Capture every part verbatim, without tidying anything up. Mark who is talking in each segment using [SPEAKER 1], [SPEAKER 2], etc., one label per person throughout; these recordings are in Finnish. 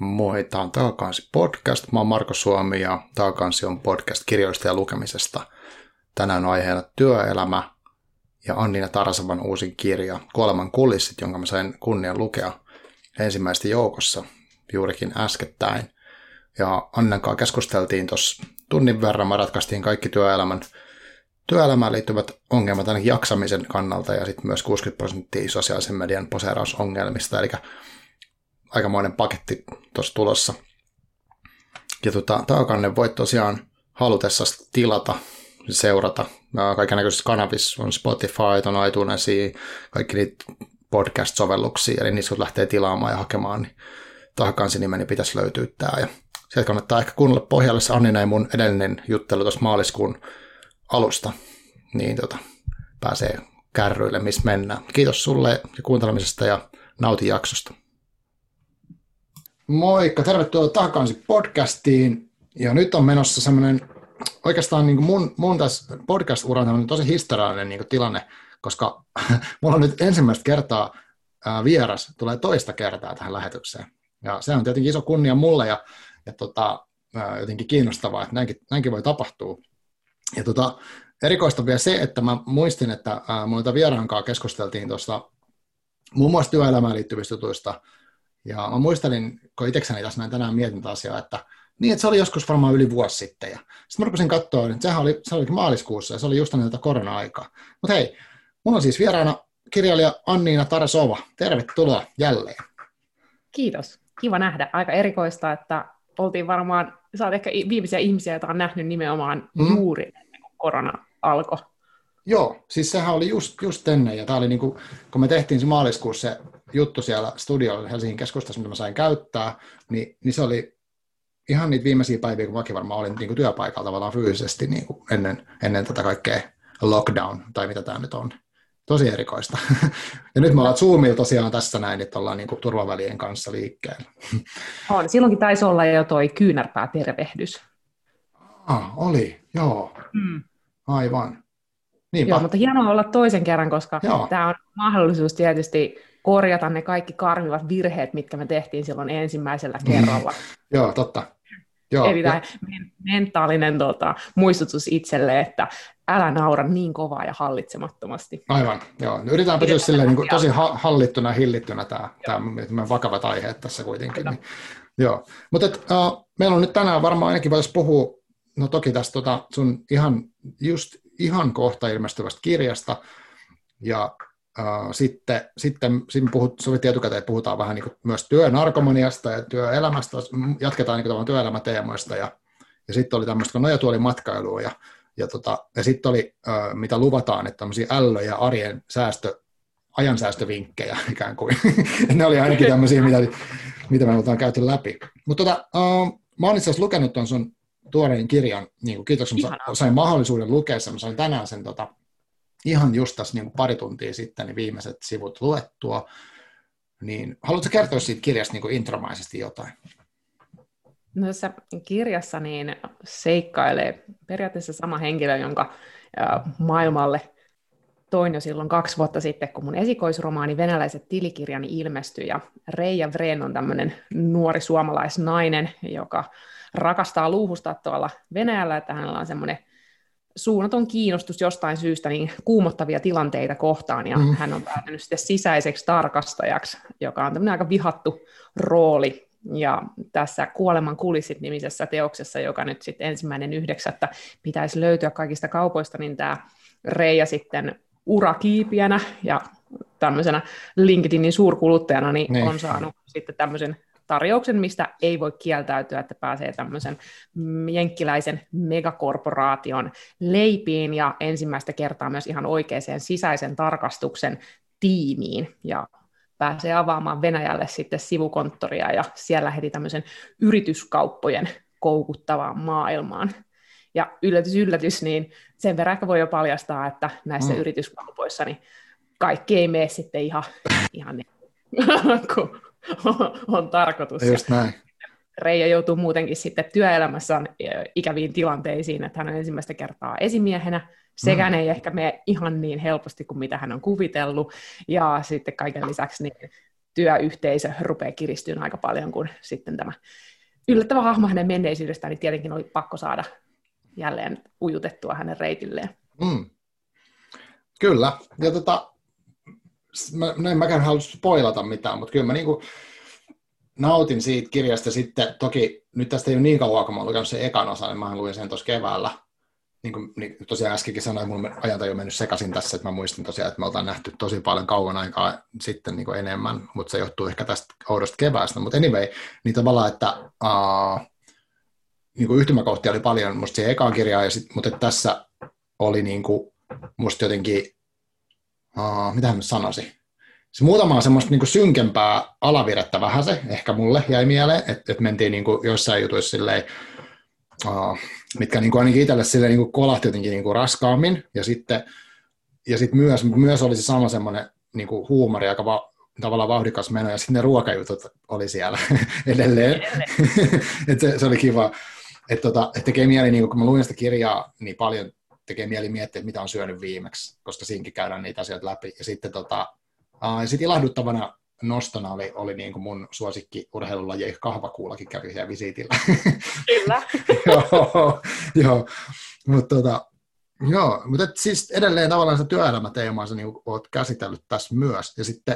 [SPEAKER 1] Moi, tämä on Taakansi podcast. Mä oon Marko Suomi ja Taakansi on podcast kirjoista ja lukemisesta. Tänään on aiheena työelämä ja Anniina Tarasovan uusin kirja Kuoleman kulissit, jonka mä sain kunnian lukea ensimmäistä joukossa juurikin äskettäin. Ja Annan kanssa keskusteltiin tuossa tunnin verran, mä ratkaistiin kaikki työelämän, työelämään liittyvät ongelmat ainakin jaksamisen kannalta ja sitten myös kuusikymmentä prosenttia sosiaalisen median poseerausongelmista, eli aikamoinen paketti tuossa tulossa. Ja tota, Taakanne voit tosiaan halutessa tilata, seurata. Kaikennäköisissä kanavissa on Spotify, on iTunesia, kaikki niitä podcast-sovelluksia, eli niissä kun lähtee tilaamaan ja hakemaan, niin Taakansi nimeni pitäisi löytyä tää. Ja sieltä kannattaa ehkä kuunnella pohjalle se Annina ja mun edellinen juttelu tuossa maaliskuun alusta, niin tota, pääsee kärryille, missä mennään. Kiitos sulle ja kuuntelemisesta ja nautin jaksosta. Moikka, tervetuloa Taakansi podcastiin. Ja nyt on menossa semmoinen, oikeastaan niin kuin mun, mun tässä podcast-ura on tosi historiallinen niin kuin tilanne, koska mulla on nyt ensimmäistä kertaa ää, vieras, tulee toista kertaa tähän lähetykseen. Ja se on tietenkin iso kunnia mulle ja, ja tota, ää, jotenkin kiinnostavaa, että näinkin, näinkin voi tapahtua. Ja tota, erikoista vielä se, että mä muistin, että ää, muilta vieraan kanssa keskusteltiin tuosta muun muassa työelämään liittyvistä jutuista. Ja mä muistelin, kun itsekseni tässä näin tänään mietin asiaa, että niin, että se oli joskus varmaan yli vuosi sitten. Ja sitten mä rupesin katsoa, että sehän oli, se oli maaliskuussa ja se oli just ennen tätä korona-aikaa. Mutta hei, mulla on siis vieraana kirjailija Anniina Tarasova. Tervetuloa jälleen.
[SPEAKER 2] Kiitos. Kiva nähdä. Aika erikoista, että oltiin varmaan, sä oot ehkä viimeisiä ihmisiä, joita on nähnyt nimenomaan mm. juuri ennen kuin korona alkoi.
[SPEAKER 1] Joo, siis sehän oli just, just ennen, ja tämä oli niinku, kun me tehtiin se maaliskuussa se juttu siellä studiolla Helsingin keskustassa, mitä mä sain käyttää, niin, niin se oli ihan niitä viimeisiä päiviä, kun mäkin varmaan olin niinku työpaikalla tavallaan fyysisesti niinku ennen, ennen tätä kaikkea lockdown, tai mitä tämä nyt on. Tosi erikoista. Ja nyt me ollaan Zoomilla tosiaan tässä näin, että ollaan niinku turvavälien kanssa liikkeellä.
[SPEAKER 2] On, silloinkin taisi olla jo toi kyynärpäätervehdys.
[SPEAKER 1] Ah, oli, joo. Mm. Aivan. Niinpä.
[SPEAKER 2] Joo, mutta hienoa olla toisen kerran, koska Joo. tämä on mahdollisuus tietysti korjata ne kaikki karmivat virheet, mitkä me tehtiin silloin ensimmäisellä kerralla.
[SPEAKER 1] Joo, totta. Joo,
[SPEAKER 2] Eli tämä mentaalinen tota, muistutus itselle, että älä naura niin kovaa ja hallitsemattomasti.
[SPEAKER 1] Aivan, joo. Yritetään pysyä silleen, niin kuin, tosi ha- hallittuna ja hillittynä tämä, tämä vakavat aiheet tässä kuitenkin. Niin, joo. Mutta et, uh, meillä on nyt tänään varmaan ainakin voitaisiin puhua, no toki tästä tota, sun ihan, just ihan kohta ilmestyvästä kirjasta, ja uh, sitten, sitten, sitten puhut, sovittiin etukäteen, että puhutaan vähän niin kuin myös työnarkomaniasta ja työelämästä, jatketaan niin kuin työelämäteemoista, ja, ja sitten oli tämmöistä kuin nojatuolimatkailua, ja, ja, tota, ja sitten oli, uh, mitä luvataan, että tämmöisiä ällö- ja arjen säästö, ajansäästövinkkejä ikään kuin. Ne oli ainakin tämmöisiä, mitä, mitä me ollaan käyty läpi. Mutta tota, uh, mä oon itse asiassa lukenut ton sun tuoreen kirjan, niin kuin kiitos, että sain mahdollisuuden lukea sen, mä sain tänään sen tota, ihan just tässä niin kuin pari tuntia sitten niin viimeiset sivut luettua, niin haluatko kertoa siitä kirjasta niin kuin intromaisesti jotain?
[SPEAKER 2] No tässä kirjassa niin seikkailee periaatteessa sama henkilö, jonka maailmalle toin jo silloin kaksi vuotta sitten, kun mun esikoisromaani Venäläiset tilikirjani ilmestyi, ja Reija Wren on tämmöinen nuori suomalaisnainen, joka rakastaa luuhustaa tuolla Venäjällä, että hänellä on semmoinen suunnaton kiinnostus jostain syystä niin kuumottavia tilanteita kohtaan, ja mm. hän on päätynyt sitten sisäiseksi tarkastajaksi, joka on tämmöinen aika vihattu rooli, ja tässä Kuoleman kulissit -nimisessä teoksessa, joka nyt sitten ensimmäinen yhdeksättä pitäisi löytyä kaikista kaupoista, niin tämä Reija sitten urakiipijänä ja tämmöisenä LinkedInin suurkuluttajana niin ne. on saanut sitten tämmöisen tarjouksen, mistä ei voi kieltäytyä, että pääsee tämmöisen jenkkiläisen megakorporaation leipiin ja ensimmäistä kertaa myös ihan oikeaan sisäisen tarkastuksen tiimiin, ja pääsee avaamaan Venäjälle sitten sivukonttoria ja siellä heti tämmöisen yrityskauppojen koukuttavaan maailmaan. Ja yllätys, yllätys, niin sen verran ehkä voi jo paljastaa, että näissä mm. yrityskaupoissa niin kaikki ei mene sitten ihan, ihan niin, kun on tarkoitus.
[SPEAKER 1] Just näin.
[SPEAKER 2] Reija joutuu muutenkin sitten työelämässään ikäviin tilanteisiin, että hän on ensimmäistä kertaa esimiehenä. Sekään mm. ei ehkä mene ihan niin helposti kuin mitä hän on kuvitellut. Ja sitten kaiken lisäksi niin työyhteisö rupeaa kiristymään aika paljon, kun sitten tämä yllättävä hahmo hänen menneisyydestään, niin tietenkin oli pakko saada jälleen ujutettua hänen reitilleen.
[SPEAKER 1] Mm. Kyllä, ja tota, mä, en mäkään halua spoilata mitään, mutta kyllä mä niinku nautin siitä kirjasta sitten, toki nyt tästä ei ole niin kauan, kun mä olen lukenut sen ekan osan, niin mä luin sen tuossa keväällä. Niin kuin niin tosiaan äskenkin sanoin, että mun ajantaju on mennyt sekaisin tässä, että mä muistin tosiaan, että me oltaan nähty tosi paljon kauan aikaa sitten niin kuin enemmän, mutta se johtuu ehkä tästä oudosta keväästä. Mutta anyway, niin tavallaan, että uh, niin kuin yhtymäkohtia oli paljon musta siihen ekaan kirjaan, ja sit, mutta tässä oli niin kuin, musta jotenkin, uh, mitä mä sanoisin, se muutama on semmoista niin kuin synkempää alavirettä vähän se, ehkä mulle jäi mieleen, että, että mentiin niin kuin joissain jutuissa silleen, Uh, mitkä niin kuin ainakin itselle silleen, niin kuin kolahti jotenkin niin kuin raskaammin, ja sitten ja sit myös, myös oli se sama semmoinen niin kuin huumori, aika va, tavallaan vauhdikas meno, ja sitten ne ruokajutut oli siellä edelleen. Et se, se oli kiva. Että tota, et tekee mieli, niin kun mä luin sitä kirjaa, niin paljon tekee mieli miettiä, että mitä on syönyt viimeksi, koska siinkin käydään niitä asioita läpi. Ja sitten tota, uh, sit ilahduttavana nostona oli, oli niin kuin mun suosikki urheilulaji kahvakuulakin kävi siellä visiitillä.
[SPEAKER 2] Kyllä.
[SPEAKER 1] joo, joo. Mutta tota, joo, mutta siis edelleen tavallaan se työelämäteemaa sä niin oot käsitellyt tässä myös. Ja sitten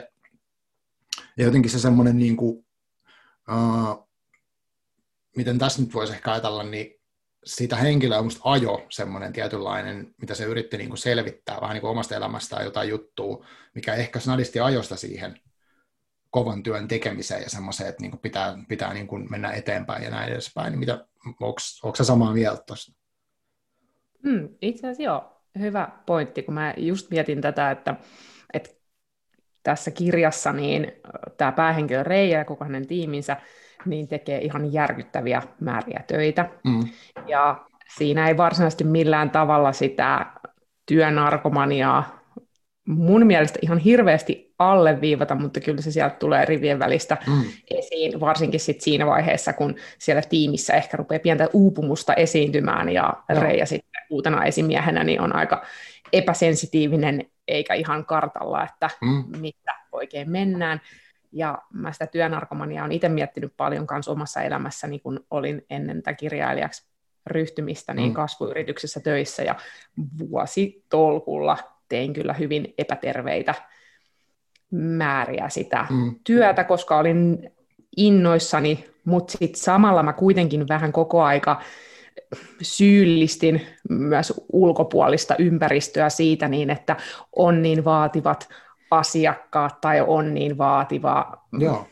[SPEAKER 1] ja jotenkin se semmoinen, niin kuin, uh, miten tässä nyt voisi ehkä ajatella, niin siitä henkilöä musta ajo semmoinen tietynlainen, mitä se yritti niin kuin selvittää vähän niin kuin omasta elämästään jotain juttua, mikä ehkä snadisti ajosta siihen kovan työn tekemiseen ja semmoiseen, että niinku pitää, pitää niinku mennä eteenpäin ja näin edespäin. Niin mitä, onko sä samaa mieltä tuosta?
[SPEAKER 2] Mm, itse asiassa joo, hyvä pointti, kun mä just mietin tätä, että, että tässä kirjassa niin tämä päähenkilö Reija ja koko hänen tiiminsä niin tekee ihan järkyttäviä määriä töitä. Mm. Ja siinä ei varsinaisesti millään tavalla sitä työnarkomaniaa mun mielestä ihan hirveästi alleviivata, mutta kyllä se sieltä tulee rivien välistä mm. esiin, varsinkin sit siinä vaiheessa, kun siellä tiimissä ehkä rupeaa pientä uupumusta esiintymään, ja no. Reija sitten uutena esimiehenä niin on aika epäsensitiivinen, eikä ihan kartalla, että mm. mitä oikein mennään. Ja mä sitä työnarkomaniaa olen itse miettinyt paljon kanssa omassa elämässäni, kun olin ennen tätä kirjailijaksi ryhtymistä niin mm. kasvuyrityksessä töissä, ja vuositolkulla tein kyllä hyvin epäterveitä määriä sitä mm. työtä, koska olin innoissani, mutta sitten samalla mä kuitenkin vähän koko aika syyllistin myös ulkopuolista ympäristöä siitä niin, että on niin vaativat asiakkaat tai on niin vaativa Joo.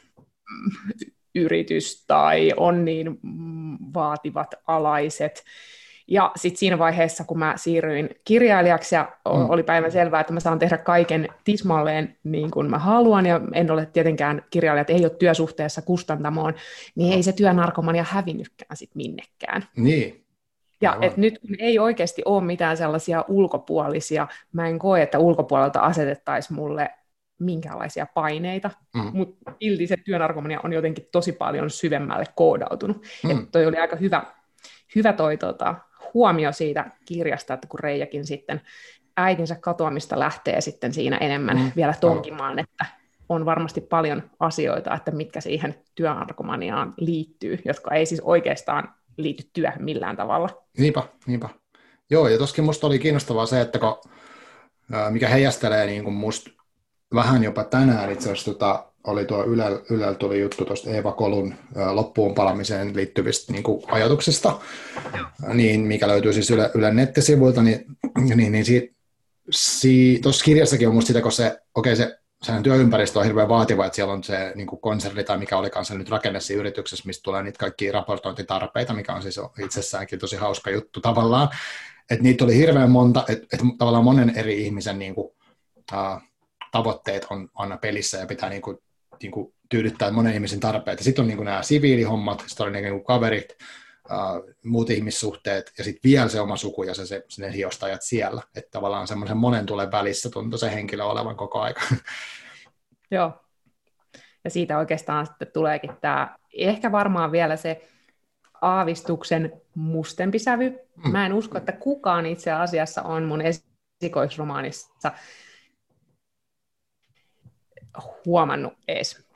[SPEAKER 2] yritys tai on niin vaativat alaiset. Ja sitten siinä vaiheessa, kun mä siirryin kirjailijaksi ja mm. oli päivän selvää, että mä saan tehdä kaiken tismalleen niin kuin mä haluan, ja en ole tietenkään, kirjailijat ei ole työsuhteessa kustantamoon, niin ei se työnarkomania hävinnytkään sit minnekään.
[SPEAKER 1] Niin.
[SPEAKER 2] Ja et nyt kun ei oikeasti ole mitään sellaisia ulkopuolisia, mä en koe, että ulkopuolelta asetettaisiin mulle minkäänlaisia paineita, mm. mutta silti se työnarkomania on jotenkin tosi paljon syvemmälle koodautunut. Mm. Että toi oli aika hyvä, hyvä toi tota, huomio siitä kirjasta, että kun Reijakin sitten äitinsä katoamista lähtee sitten siinä enemmän mm. vielä tonkimaan, että on varmasti paljon asioita, että mitkä siihen työnarkomaniaan liittyy, jotka ei siis oikeastaan liity työhön millään tavalla.
[SPEAKER 1] Niinpä, niinpä. Joo, ja toskin musta oli kiinnostavaa se, että kun, mikä heijastelee niin kuin musta vähän jopa tänään itse asiassa tota, oli tuo Ylellä, Ylellä tuli juttu tuosta Eeva Kolun loppuun palamiseen liittyvistä niin kuin ajatuksista, niin, mikä löytyy siis Yle, Ylen nettisivuilta, niin, niin, niin si, si, tuossa kirjassakin on musta sitä, kun se, okei se sehän työympäristö on hirveän vaativa, että siellä on se niin kuin konserni tai mikä olikaan se nyt rakenne siinä yrityksessä, mistä tulee niitä kaikkia raportointitarpeita, mikä on siis itsessäänkin tosi hauska juttu tavallaan, että niitä oli hirveän monta, että, että tavallaan monen eri ihmisen niin kuin, uh, tavoitteet on aina pelissä ja pitää niin kuin, niin kuin tyydyttää monen ihmisen tarpeet. Ja sitten on niin kuin nämä siviilihommat, sitten on niin kuin kaverit, uh, muut ihmissuhteet ja sitten vielä se oma suku ja se, se, ne hiostajat siellä. Että tavallaan semmoisen monen tulee välissä tuntuu se henkilö olevan koko aika.
[SPEAKER 2] Joo. Ja siitä oikeastaan sitten tuleekin tämä, ehkä varmaan vielä se aavistuksen mustempi sävy. Hmm. Mä en usko, että kukaan itse asiassa on mun esikoisromaanissa huomannut edes,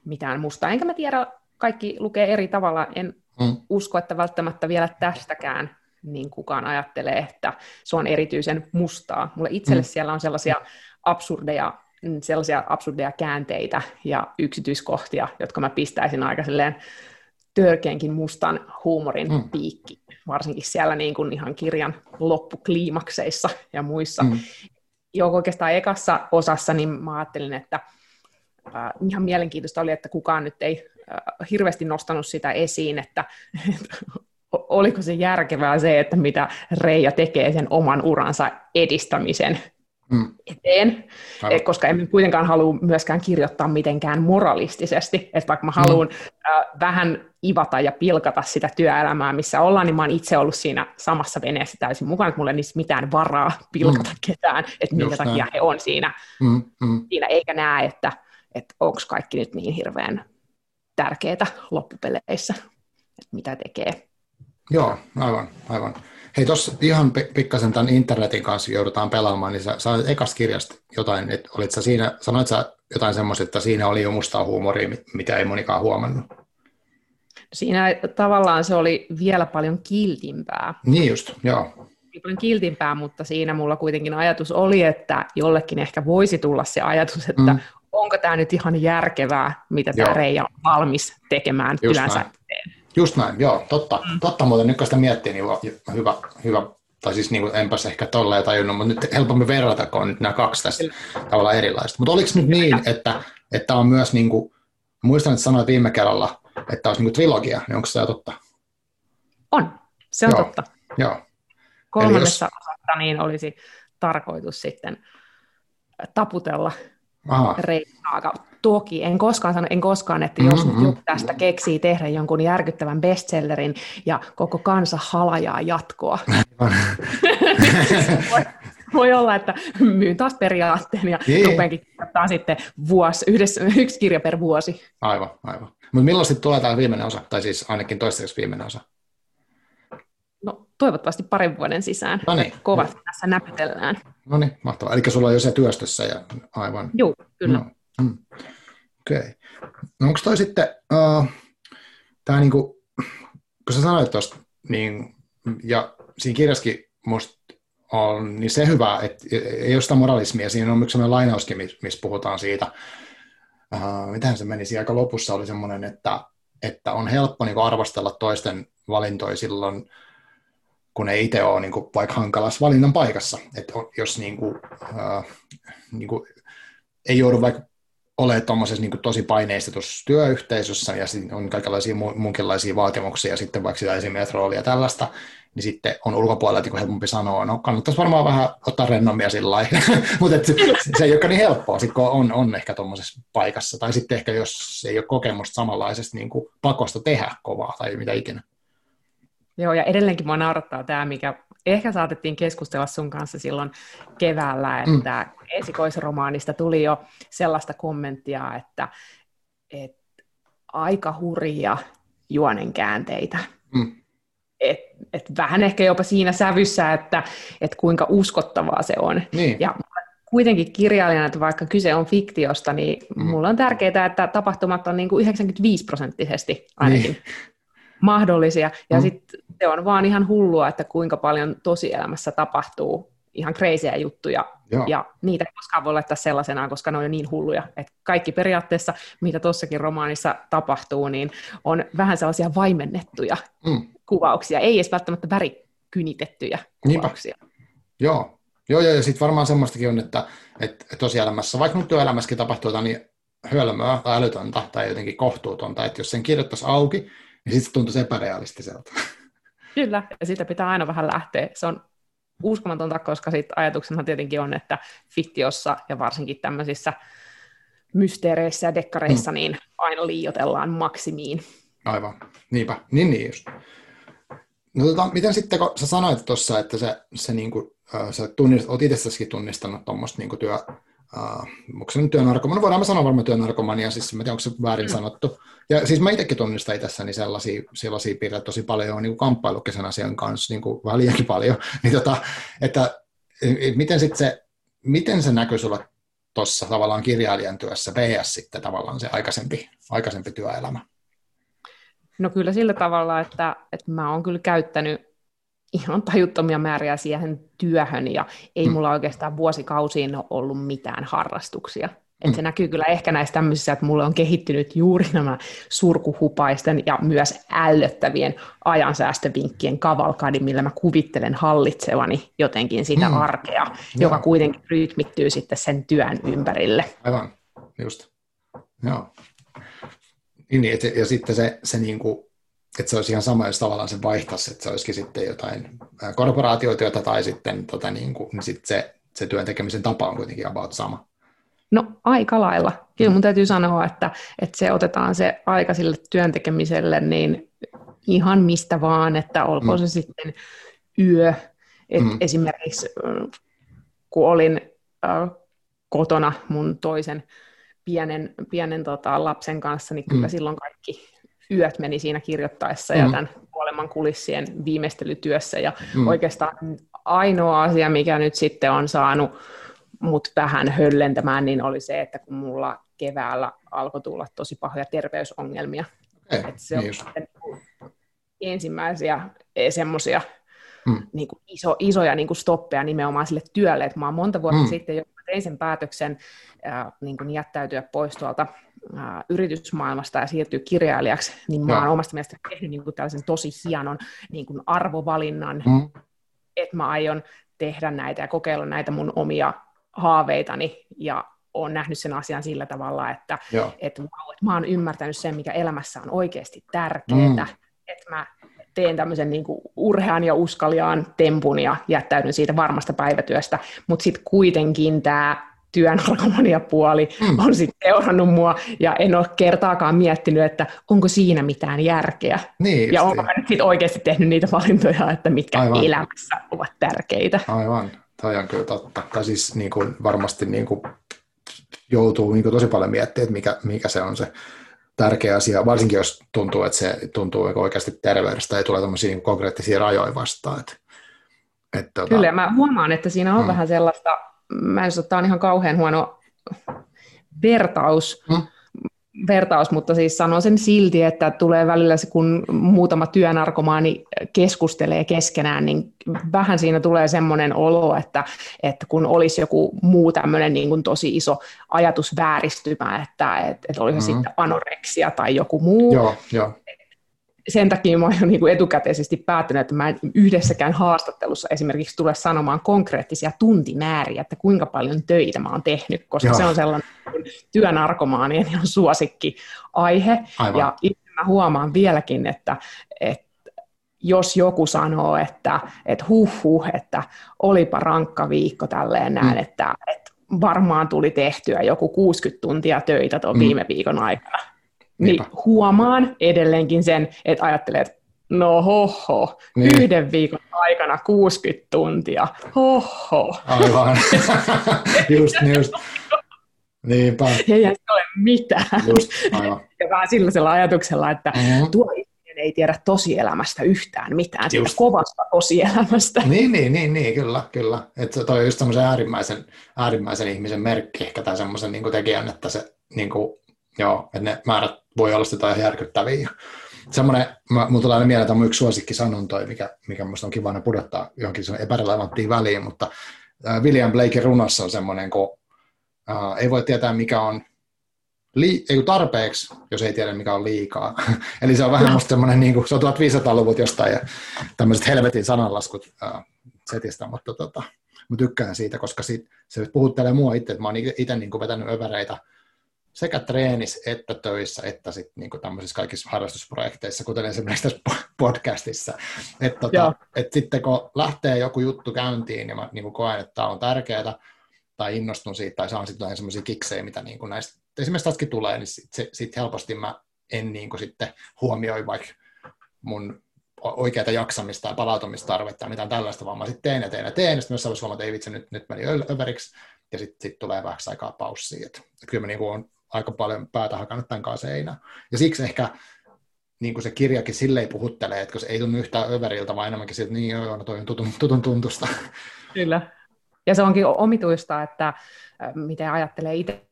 [SPEAKER 2] mitään mustaa. Enkä mä tiedä, kaikki lukee eri tavalla. En mm. usko, että välttämättä vielä tästäkään niin kukaan ajattelee, että se on erityisen mustaa. Mulle itselle mm. siellä on sellaisia absurdeja, sellaisia absurdeja käänteitä ja yksityiskohtia, jotka mä pistäisin aika silleen törkeänkin mustan huumorin mm. piikki, varsinkin siellä niin kuin ihan kirjan loppukliimakseissa ja muissa. Mm. Jo oikeastaan ekassa osassa niin mä ajattelin, että äh, ihan mielenkiintoista oli, että kukaan nyt ei äh, hirveästi nostanut sitä esiin, että, että oliko se järkevää se, että mitä Reija tekee sen oman uransa edistämisen mm. eteen, Aivan. koska en kuitenkaan halua myöskään kirjoittaa mitenkään moralistisesti, että vaikka mä haluan mm. äh, vähän ivata ja pilkata sitä työelämää, missä ollaan, niin mä oon itse ollut siinä samassa veneessä täysin mukana, että mulla ei niissä mitään varaa pilkata mm. ketään, että minkä Just takia näin. he on siinä, mm. Mm. siinä eikä näe, että, että onko kaikki nyt niin hirveän tärkeää loppupeleissä, että mitä tekee.
[SPEAKER 1] Joo, aivan, aivan. Hei, tuossa ihan pikkasen tämän internetin kanssa joudutaan pelaamaan, niin sä sanoit ekasta kirjasta jotain, että olit sä siinä, sanoit sä jotain semmoista, että siinä oli jo mustaa huumoria, mitä ei monikaan huomannut.
[SPEAKER 2] Siinä tavallaan se oli vielä paljon kiltimpää.
[SPEAKER 1] Niin just, joo.
[SPEAKER 2] Paljon kiltimpää, mutta siinä mulla kuitenkin ajatus oli, että jollekin ehkä voisi tulla se ajatus, että mm. onko tämä nyt ihan järkevää, mitä tämä Reija on valmis tekemään
[SPEAKER 1] just
[SPEAKER 2] yleensä.
[SPEAKER 1] Näin. Just näin, joo, totta. Mm. Totta muuten, nyt kun sitä miettii, niin hyvä, hyvä tai siis niin kuin, enpäs ehkä tolleen tajunnut, mutta nyt helpommin verrata, kun on nyt nämä kaksi tästä Kyllä. tavallaan erilaista. Mutta oliko nyt niin, että, että on myös, niin kuin, muistan, että sanoit viime kerralla, että olisi niin kuin trilogia, niin onko se totta?
[SPEAKER 2] On, se on
[SPEAKER 1] joo.
[SPEAKER 2] totta.
[SPEAKER 1] Joo.
[SPEAKER 2] Kolmannessa jos... osassa niin olisi tarkoitus sitten taputella Reijaa. Toki, en koskaan sano, en koskaan, että jos mm-hmm. joku tästä keksii tehdä jonkun järkyttävän bestsellerin ja koko kansa halajaa jatkoa. voi, voi olla, että myyn taas periaatteen ja yeah. rupeankin kirjoittamaan sitten vuosi, yhdessä, yksi kirja per vuosi.
[SPEAKER 1] Aivan, aivan. Mutta milloin sitten tulee tämä viimeinen osa, tai siis ainakin toistaiseksi viimeinen osa?
[SPEAKER 2] No toivottavasti parin vuoden sisään.
[SPEAKER 1] Noniin.
[SPEAKER 2] Kovasti tässä näpytellään.
[SPEAKER 1] No niin, mahtavaa. Eli sulla on jo se työstössä ja aivan.
[SPEAKER 2] Joo, kyllä.
[SPEAKER 1] No. Mm. Okei. Okay. No onko toi sitten, uh, tämä niinku, kun sä sanoit tuosta, niin, ja siinä kirjassakin musta on niin se hyvä, että ei ole sitä moralismia, siinä on yksi sellainen lainauskin, missä puhutaan siitä, uh, mitähän se menisi, aika lopussa oli semmoinen, että, että on helppo niinku arvostella toisten valintoja silloin, kun ei itse ole niinku vaikka hankalassa valinnan paikassa, että jos niinku, uh, niinku, ei joudu vaikka olet tuommoisessa niin tosi paineistetussa työyhteisössä ja sitten on kaikenlaisia muunkinlaisia vaatimuksia ja sitten vaikka sitä esimerkiksi ja tällaista, niin sitten on ulkopuolella niin helpompi sanoa, no kannattaisi varmaan vähän ottaa rennommia sillä lailla, mutta se ei olekaan niin helppoa, sit, kun on, on ehkä tuommoisessa paikassa, tai sitten ehkä jos ei ole kokemusta samanlaisesta niin kuin pakosta tehdä kovaa tai mitä ikinä.
[SPEAKER 2] Joo, ja edelleenkin mua naurattaa tämä, mikä ehkä saatettiin keskustella sun kanssa silloin keväällä, että mm. esikoisromaanista tuli jo sellaista kommenttia, että, että aika hurjia juonenkäänteitä. Mm. Et, et vähän ehkä jopa siinä sävyssä, että et kuinka uskottavaa se on. Niin. Ja kuitenkin kirjailijana, että vaikka kyse on fiktiosta, niin mm. mulla on tärkeää, että tapahtumat on niin kuin yhdeksänkymmentäviisi prosenttisesti ainakin. Niin. mahdollisia, ja mm. sitten se on vaan ihan hullua, että kuinka paljon tosielämässä tapahtuu ihan crazyjä juttuja, Joo. ja niitä ei koskaan voi laittaa sellaisenaan, koska ne on jo niin hulluja, että kaikki periaatteessa, mitä tuossakin romaanissa tapahtuu, niin on vähän sellaisia vaimennettuja mm. kuvauksia, ei edes välttämättä värikynitettyjä kuvauksia.
[SPEAKER 1] Niinpä. Joo, Joo, joo, ja sitten varmaan semmoistakin on, että, että tosielämässä, vaikka nyt työelämässäkin tapahtuu jotain niin hölmöä tai älytöntä tai jotenkin kohtuutonta, että jos sen kirjoittaisi auki, niin sitten se tuntuisi epärealistiselta.
[SPEAKER 2] Kyllä, ja siitä pitää aina vähän lähteä. Se on uskomatonta, koska sit ajatuksena tietenkin on, että fiktiossa ja varsinkin tämmöisissä mysteereissä ja dekkareissa mm. niin aina liioitellaan maksimiin.
[SPEAKER 1] Aivan, niinpä, niin niin just. No tota, miten sitten, kun sä sanoit tuossa, että se, se niinku, äh, sä tunnist, oot itsestäsikin tunnistanut tuommoista niinku työ, Uh, onko se nyt työnarkomania? No voidaan me sanoa varmaan työnarkomania, siis en tiedä, onko se väärin mm. sanottu. Ja siis mä itsekin tunnistan itsessäni sellaisia, sellaisia piirteitä tosi paljon, niin kuin kamppailukin sen asian kanssa, niin kuin vähän liiankin paljon. Niin tota, että miten, sit se, miten se näkyy sulla tuossa tavallaan kirjailijan työssä versus sitten tavallaan se aikaisempi, aikaisempi työelämä?
[SPEAKER 2] No kyllä sillä tavalla, että, että mä oon kyllä käyttänyt ihan tajuttomia määriä siihen työhön, ja ei mm. mulla oikeastaan vuosikausiin ole ollut mitään harrastuksia. Et se näkyy kyllä ehkä näissä tämmöisissä, että mulle on kehittynyt juuri nämä surkuhupaisten ja myös ällöttävien ajansäästövinkkien kavalkadi, millä mä kuvittelen hallitsevani jotenkin sitä mm. arkea, joka Joo. kuitenkin rytmittyy sitten sen työn ympärille.
[SPEAKER 1] Aivan, just. Joo. Niin, et, ja sitten se, se niinku, että se olisi ihan sama, jos tavallaan se vaihtaisi, että se olisikin sitten jotain korporaatiotyötä tai sitten tota, niinku, niin sit se, se työn tekemisen tapa on kuitenkin about sama.
[SPEAKER 2] No aika lailla. Kyllä mun täytyy sanoa, että, että se otetaan se aika sille työn tekemiselle niin ihan mistä vaan, että olkoon mm. se sitten yö. Et mm. Esimerkiksi kun olin äh, kotona mun toisen pienen, pienen tota, lapsen kanssa, niin kyllä mm. silloin kaikki yöt meni siinä kirjoittaessa mm. ja tämän kuoleman kulissien viimeistelytyössä. Ja mm. oikeastaan ainoa asia, mikä nyt sitten on saanut mut vähän höllentämään, niin oli se, että kun mulla keväällä alkoi tulla tosi pahoja terveysongelmia. Okay, että se niin on ensimmäisiä semmoisia mm. niin kuin iso, isoja niin kuin stoppeja nimenomaan sille työlle. Että mä oon monta vuotta mm. sitten jo tein sen päätöksen äh, niin kuin jättäytyä pois tuolta äh, yritysmaailmasta ja siirtyä kirjailijaksi, niin mä oon omasta mielestäni tehnyt niin kuin tällaisen tosi hienon niin kuin arvovalinnan, mm. että mä aion tehdä näitä ja kokeilla näitä mun omia haaveitani, ja olen nähnyt sen asian sillä tavalla, että, että, wow, että mä oon ymmärtänyt sen, mikä elämässä on oikeasti tärkeää, mm. että mä teen tämmöisen niin kuin urhean ja uskaliaan tempun ja jättäydyn siitä varmasta päivätyöstä, mutta sitten kuitenkin tämä työn narkomaniapuoli mm. on sitten seurannut mua, ja en ole kertaakaan miettinyt, että onko siinä mitään järkeä, niin, ja onko mä nyt sit oikeasti tehnyt niitä valintoja, että mitkä Aivan. elämässä ovat tärkeitä.
[SPEAKER 1] Aivan. Toi on kyllä totta. Tai siis niin kuin varmasti niin kuin joutuu niin kuin tosi paljon miettimään, että mikä, mikä se on se tärkeä asia, varsinkin jos tuntuu, että se tuntuu oikeasti terveydestä, ei tule tämmöisiä niin konkreettisia rajoja vastaan. Että, että, tota...
[SPEAKER 2] Kyllä, mä huomaan, että siinä on mm. vähän sellaista, mä en tämä on ihan kauhean huono vertaus, mm. vertaus, mutta siis sanon sen silti, että tulee välillä se, kun muutama työnarkomaani keskustelee keskenään, niin vähän siinä tulee semmoinen olo, että, että kun olisi joku muu tämmöinen niin kuin tosi iso ajatusvääristymä, että, että, että olisi mm-hmm. sitten anoreksia tai joku muu.
[SPEAKER 1] Joo, jo.
[SPEAKER 2] Sen takia mä oon jo niin kuin etukäteisesti päättänyt, että mä en yhdessäkään haastattelussa esimerkiksi tule sanomaan konkreettisia tuntimääriä, että kuinka paljon töitä mä oon tehnyt, koska Joo. se on sellainen työnarkomaanien ihan suosikki-aihe. Aivan. Ja itse mä huomaan vieläkin, että, että jos joku sanoo, että, että huh huh, että olipa rankka viikko tälleen näin, mm. että, että varmaan tuli tehtyä joku kuusikymmentä tuntia töitä tuon mm. viime viikon aikana, niin huomaan edelleenkin sen, että ajattelee, että no hoho, niin. yhden viikon aikana kuusikymmentä tuntia, hoho.
[SPEAKER 1] Aivan, just, just. Niinpä.
[SPEAKER 2] Ei se ole mitään.
[SPEAKER 1] Just, aivan.
[SPEAKER 2] Ja vähän sellaisella ajatuksella, että mm-hmm. tuo ihminen ei tiedä tosielämästä yhtään mitään, siitä kovasta tosielämästä.
[SPEAKER 1] Niin, niin, niin, niin kyllä, kyllä. Että toi on just semmoisen äärimmäisen, äärimmäisen ihmisen merkki ehkä tai semmoisen niin tekijän, että se niin kuin, joo, että ne määrät voi olla sitä ihan järkyttäviä. Semmoinen, mulla tulee aina mieleen, että on yksi suosikkisanonto, mikä, mikä minusta on kiva aina pudottaa johonkin epärelevanttiin väliin, mutta William Blaken runossa on semmoinen, kun uh, ei voi tietää, mikä on lii- ei tarpeeksi, jos ei tiedä, mikä on liikaa. Eli se on vähän musta semmoinen, niin kuin, se on tuhatviisisataaluvut jostain ja tämmöiset helvetin sananlaskut uh, setistä, mutta tota, mä tykkään siitä, koska sit, se puhuttelee mua itse, että mä oon itse niin kuin vetänyt övereitä sekä treenissä että töissä, että sitten niinku tämmöisissä kaikissa harrastusprojekteissa, kuten esimerkiksi tässä podcastissa. Että tota, et sitten kun lähtee joku juttu käyntiin, ja mä niinku koen, että tämä on tärkeää, tai innostun siitä, tai saan sitten semmoisia kiksejä, mitä niinku näistä esimerkiksi tässäkin tulee, niin sitten sit helposti mä en niinku sitten huomioi vaikka mun oikeata jaksamista ja palautumistarvetta ja mitään tällaista, vaan mä sitten teen ja teen ja teen, ja sitten myös huomaan, että ei vitsi, nyt, nyt meni överiksi, ja sitten sit tulee vähäksi aikaa paussia. Et, et kyllä mä niinku on aika paljon päätä hakannut tämän kanssa seinään. Ja siksi ehkä niin kuin se kirjakin silleen puhuttelee, että se ei tunnu yhtään överiltä, vaan enemmänkin siltä, niin joo, no toi on tutun, tutun tuntusta.
[SPEAKER 2] Kyllä. Ja se onkin omituista, että miten ajattelee itse,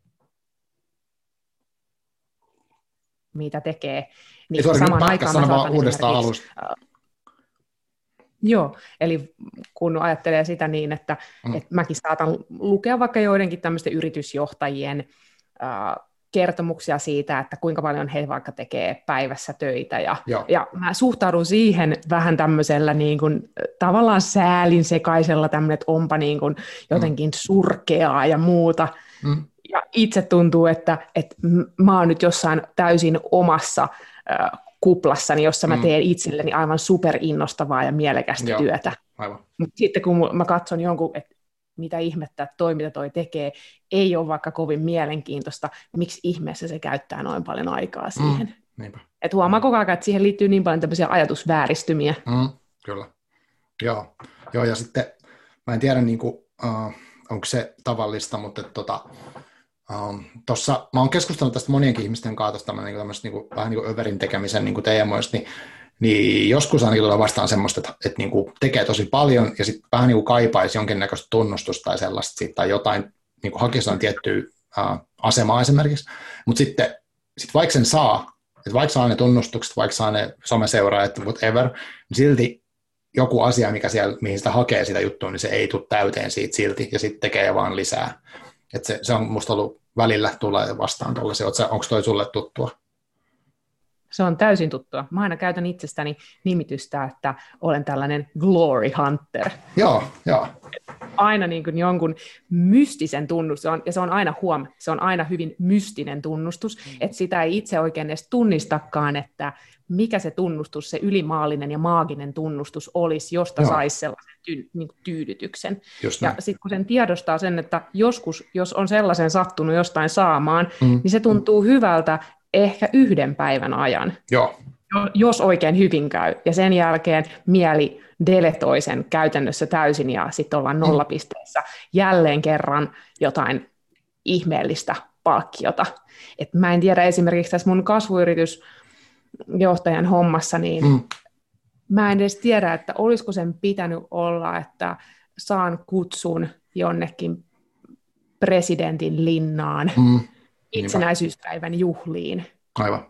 [SPEAKER 2] mitä tekee. Niin
[SPEAKER 1] sorry,
[SPEAKER 2] samaan
[SPEAKER 1] nyt
[SPEAKER 2] aikaan
[SPEAKER 1] sano vaan uudestaan alusta.
[SPEAKER 2] Joo, eli kun ajattelee sitä niin, että, mm. että mäkin saatan lukea vaikka joidenkin tämmöisten yritysjohtajien äh, kertomuksia siitä, että kuinka paljon he vaikka tekee päivässä töitä, ja, ja mä suhtaudun siihen vähän tämmöisellä niin kuin, tavallaan säälin sekaisella tämmöinen, että onpa niin kuin jotenkin mm. surkeaa ja muuta, mm. ja itse tuntuu, että, että mä oon nyt jossain täysin omassa äh, kuplassani, jossa mä teen itselleni aivan superinnostavaa ja mielekästä Joo, työtä. Mutta sitten kun mä katson jonkun, että mitä ihmettä toi, mitä toi tekee, ei ole vaikka kovin mielenkiintoista, miksi ihmeessä se käyttää noin paljon aikaa siihen. Mm, et huomaa koko ajan, että siihen liittyy niin paljon tämmöisiä ajatusvääristymiä.
[SPEAKER 1] Mm, kyllä. Joo. Joo, ja sitten mä en tiedä, niin kuin, uh, onko se tavallista, mutta tota, Um, tossa, mä oon keskustellut tästä monienkin ihmisten kanssa niin tämmöistä niin vähän niin kuin överin tekemisen niin teemoista, niin, niin joskus ainakin tulee vastaan semmoista, että, että niin kuin tekee tosi paljon ja sitten vähän niin kuin kaipaisi jonkinnäköistä tunnustusta tai sellaista siitä, tai jotain, niin kuin hakisi on tiettyä uh, asemaa esimerkiksi, mutta sitten sit vaikka sen saa, että vaikka saa ne tunnustukset, vaikka saa ne someseuraajat, whatever, niin silti joku asia, mikä siellä, mihin sitä hakee sitä juttua, niin se ei tule täyteen siitä silti ja sitten tekee vaan lisää. Että se, se on musta ollut välillä tulee vastaan tuollaisia. Onko toi sulle tuttua?
[SPEAKER 2] Se on täysin tuttua. Mä aina käytän itsestäni nimitystä, että olen tällainen glory hunter.
[SPEAKER 1] Joo, joo.
[SPEAKER 2] Aina niin kuin jonkun mystisen tunnustus, ja se on aina huom, se on aina hyvin mystinen tunnustus, mm. että sitä ei itse oikein edes tunnistakaan, että mikä se tunnustus, se ylimaallinen ja maaginen tunnustus olisi, josta Joo. saisi sellaisen ty- niin kuin tyydytyksen. Ja sitten kun sen tiedostaa sen, että joskus, jos on sellaisen sattunut jostain saamaan, mm. niin se tuntuu hyvältä ehkä yhden päivän ajan,
[SPEAKER 1] Joo.
[SPEAKER 2] jos oikein hyvin käy. Ja sen jälkeen mieli deletoi sen käytännössä täysin, ja sitten ollaan nollapisteessä jälleen kerran jotain ihmeellistä palkkiota. Et mä en tiedä esimerkiksi tässä mun kasvuyritys johtajan hommassa, niin mm. mä en edes tiedä, että olisiko sen pitänyt olla, että saan kutsun jonnekin presidentin linnaan mm. itsenäisyyspäivän juhliin.
[SPEAKER 1] Aivan.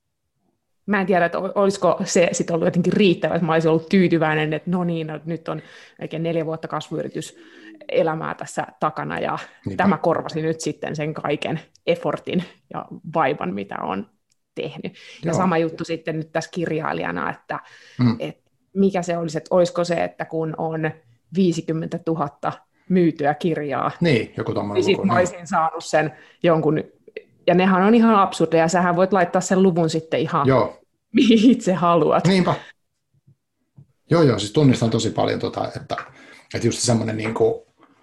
[SPEAKER 2] Mä en tiedä, että olisiko se sitten ollut jotenkin riittävä, että mä olisin ollut tyytyväinen, että no niin, no, nyt on oikein neljä vuotta kasvuyrityselämää tässä takana, ja Niinpä. Tämä korvasi nyt sitten sen kaiken effortin ja vaivan, mitä on tehnyt. Joo. Ja sama juttu sitten nyt tässä kirjailijana, että, mm. että mikä se olisi, että olisiko se, että kun on viisikymmentätuhatta myytyä kirjaa,
[SPEAKER 1] niin, joku tommoinen
[SPEAKER 2] niin sitten mä olisin saanut sen jonkun, ja nehän on ihan absurdeja, sähän voit laittaa sen luvun sitten ihan Joo. mihin itse haluat.
[SPEAKER 1] Niinpä. Joo, joo, siis tunnistan tosi paljon, tota, että, että just semmoinen niin kuin,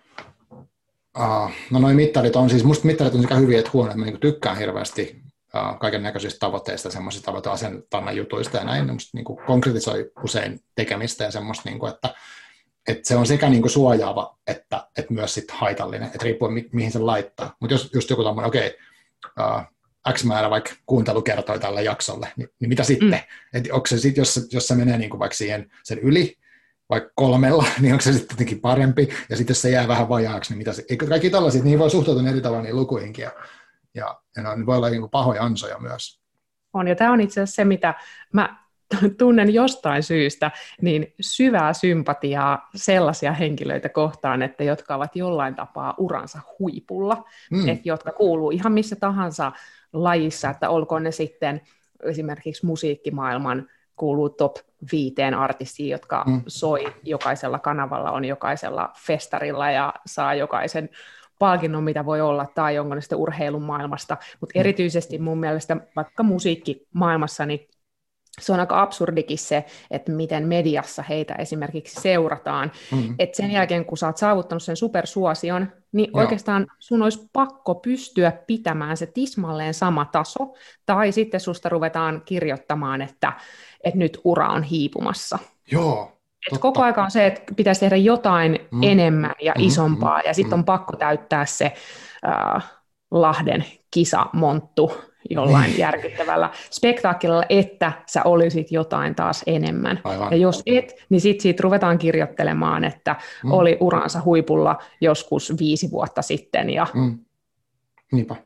[SPEAKER 1] uh, no noi mittarit on, siis musta mittarit on sekä hyviä että huonoja, mä niin kuin tykkään hirveästi kaiken näköisistä tavoitteista, semmoisista tavoiteasentannan jutuista ja näin, ne musta niin kuin konkretisoi usein tekemistä ja semmoista, niin kuin, että, että se on sekä niin kuin suojaava että, että myös sit haitallinen, että riippuu mi- mihin se laittaa. Mutta jos just joku tommoinen, okei, okay, uh, X määrä vaikka kuuntelukertoja tällä jaksolle, niin, niin mitä sitten? Mm. Että onko se sitten, jos, jos se menee niin kuin vaikka siihen sen yli, vaikka kolmella, niin onko se sitten jotenkin parempi, ja sitten jos se jää vähän vajaaksi, niin mitä se, kaikki tällaisia, niihin voi suhtautua eri tavalla niin lukuihinkin, ja Ja, ja ne voi olla niin kuin pahoja ansoja myös.
[SPEAKER 2] On, ja tämä on itse asiassa se, mitä mä tunnen jostain syystä, niin syvää sympatiaa sellaisia henkilöitä kohtaan, että jotka ovat jollain tapaa uransa huipulla, mm. että jotka kuuluu ihan missä tahansa lajissa, että olkoon ne sitten esimerkiksi musiikkimaailman kuuluu top viiteen artistiin, jotka mm. soi jokaisella kanavalla, on jokaisella festarilla ja saa jokaisen palkinnon, mitä voi olla, tai onko ne sitten urheilun maailmasta, mutta erityisesti mun mielestä vaikka musiikkimaailmassa, niin se on aika absurdikin se, että miten mediassa heitä esimerkiksi seurataan, mm-hmm. että sen jälkeen, kun sä oot saavuttanut sen supersuosion, niin Joo. oikeastaan sun olisi pakko pystyä pitämään se tismalleen sama taso, tai sitten susta ruvetaan kirjoittamaan, että, että nyt ura on hiipumassa.
[SPEAKER 1] Joo.
[SPEAKER 2] Et koko aika on se, että pitäisi tehdä jotain mm. enemmän ja mm-hmm. isompaa, ja sitten mm. on pakko täyttää se äh, Lahden kisamonttu jollain järkyttävällä spektaakkelilla, että sä olisit jotain taas enemmän.
[SPEAKER 1] Aivan.
[SPEAKER 2] Ja jos et, niin sitten siitä ruvetaan kirjoittelemaan, että mm. oli uransa huipulla joskus viisi vuotta sitten. Ja,
[SPEAKER 1] mm. Niinpä.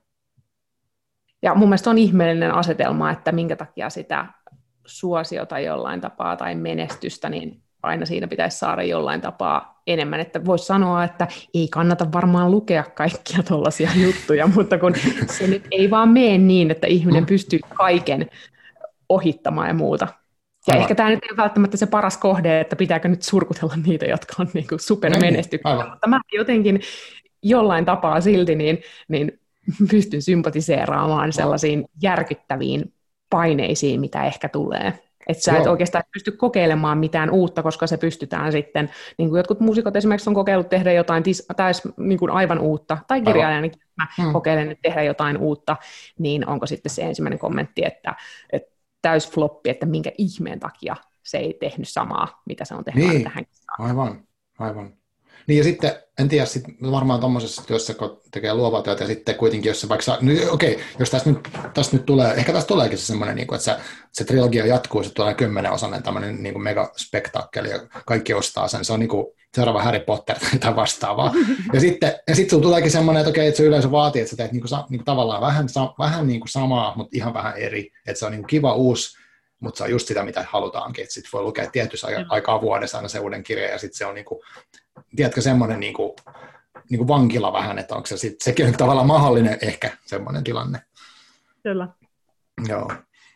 [SPEAKER 2] Ja mun mielestä on ihmeellinen asetelma, että minkä takia sitä suosiota jollain tapaa tai menestystä, niin aina siinä pitäisi saada jollain tapaa enemmän. Että voisi sanoa, että ei kannata varmaan lukea kaikkia tuollaisia juttuja, mutta kun se nyt ei vaan mene niin, että ihminen pystyy kaiken ohittamaan ja muuta. Ja aivan. Ehkä tämä nyt ei välttämättä se paras kohde, että pitääkö nyt surkutella niitä, jotka on niin kuin supermenestyksiä, mutta mä jotenkin jollain tapaa silti niin, niin pystyn sympatiseeraamaan sellaisiin järkyttäviin paineisiin, mitä ehkä tulee. Että sä Joo. et oikeastaan pysty kokeilemaan mitään uutta, koska se pystytään sitten, niin kuin jotkut muusikot esimerkiksi on kokeillut tehdä jotain tis, täys, niin kuin aivan uutta, tai kirjailijanakin mä hmm. kokeilen nyt tehdä jotain uutta, niin onko sitten se ensimmäinen kommentti, että, että täys floppi, että minkä ihmeen takia se ei tehnyt samaa, mitä se on tehnyt
[SPEAKER 1] niin.
[SPEAKER 2] tähän.
[SPEAKER 1] Aivan, aivan. Niin ja sitten, en tiedä, sit varmaan tuommoisessa työssä, kun tekee luovaa työtä, ja sitten kuitenkin, jos se vaikka saa, no okei, okay, jos tästä nyt, tästä nyt tulee, ehkä tästä tuleekin se semmoinen, niin kuin, että se, se trilogia jatkuu, se tulee kymmenen osainen tämmöinen niin kuin megaspektaakkeli, ja kaikki ostaa sen, se on niin kuin seuraava Harry Potter tai vastaavaa. Ja sitten, ja sitten sulla tuleekin semmoinen, että okei, okay, että se yleisö vaatii, että sä teet niin kuin, niin kuin tavallaan vähän, vähän niin kuin samaa, mutta ihan vähän eri, että se on niin kuin kiva uusi, mutta se on just sitä, mitä halutaankin, että sitten voi lukea tietyssä aikaa vuodessa aina se uuden kirjan, ja sitten se on niin kuin, tiedätkö, semmoinen niin kuin, niin kuin vankila vähän, että onko se sitten, sekin on tavallaan mahdollinen ehkä semmoinen tilanne.
[SPEAKER 2] Kyllä.
[SPEAKER 1] Joo.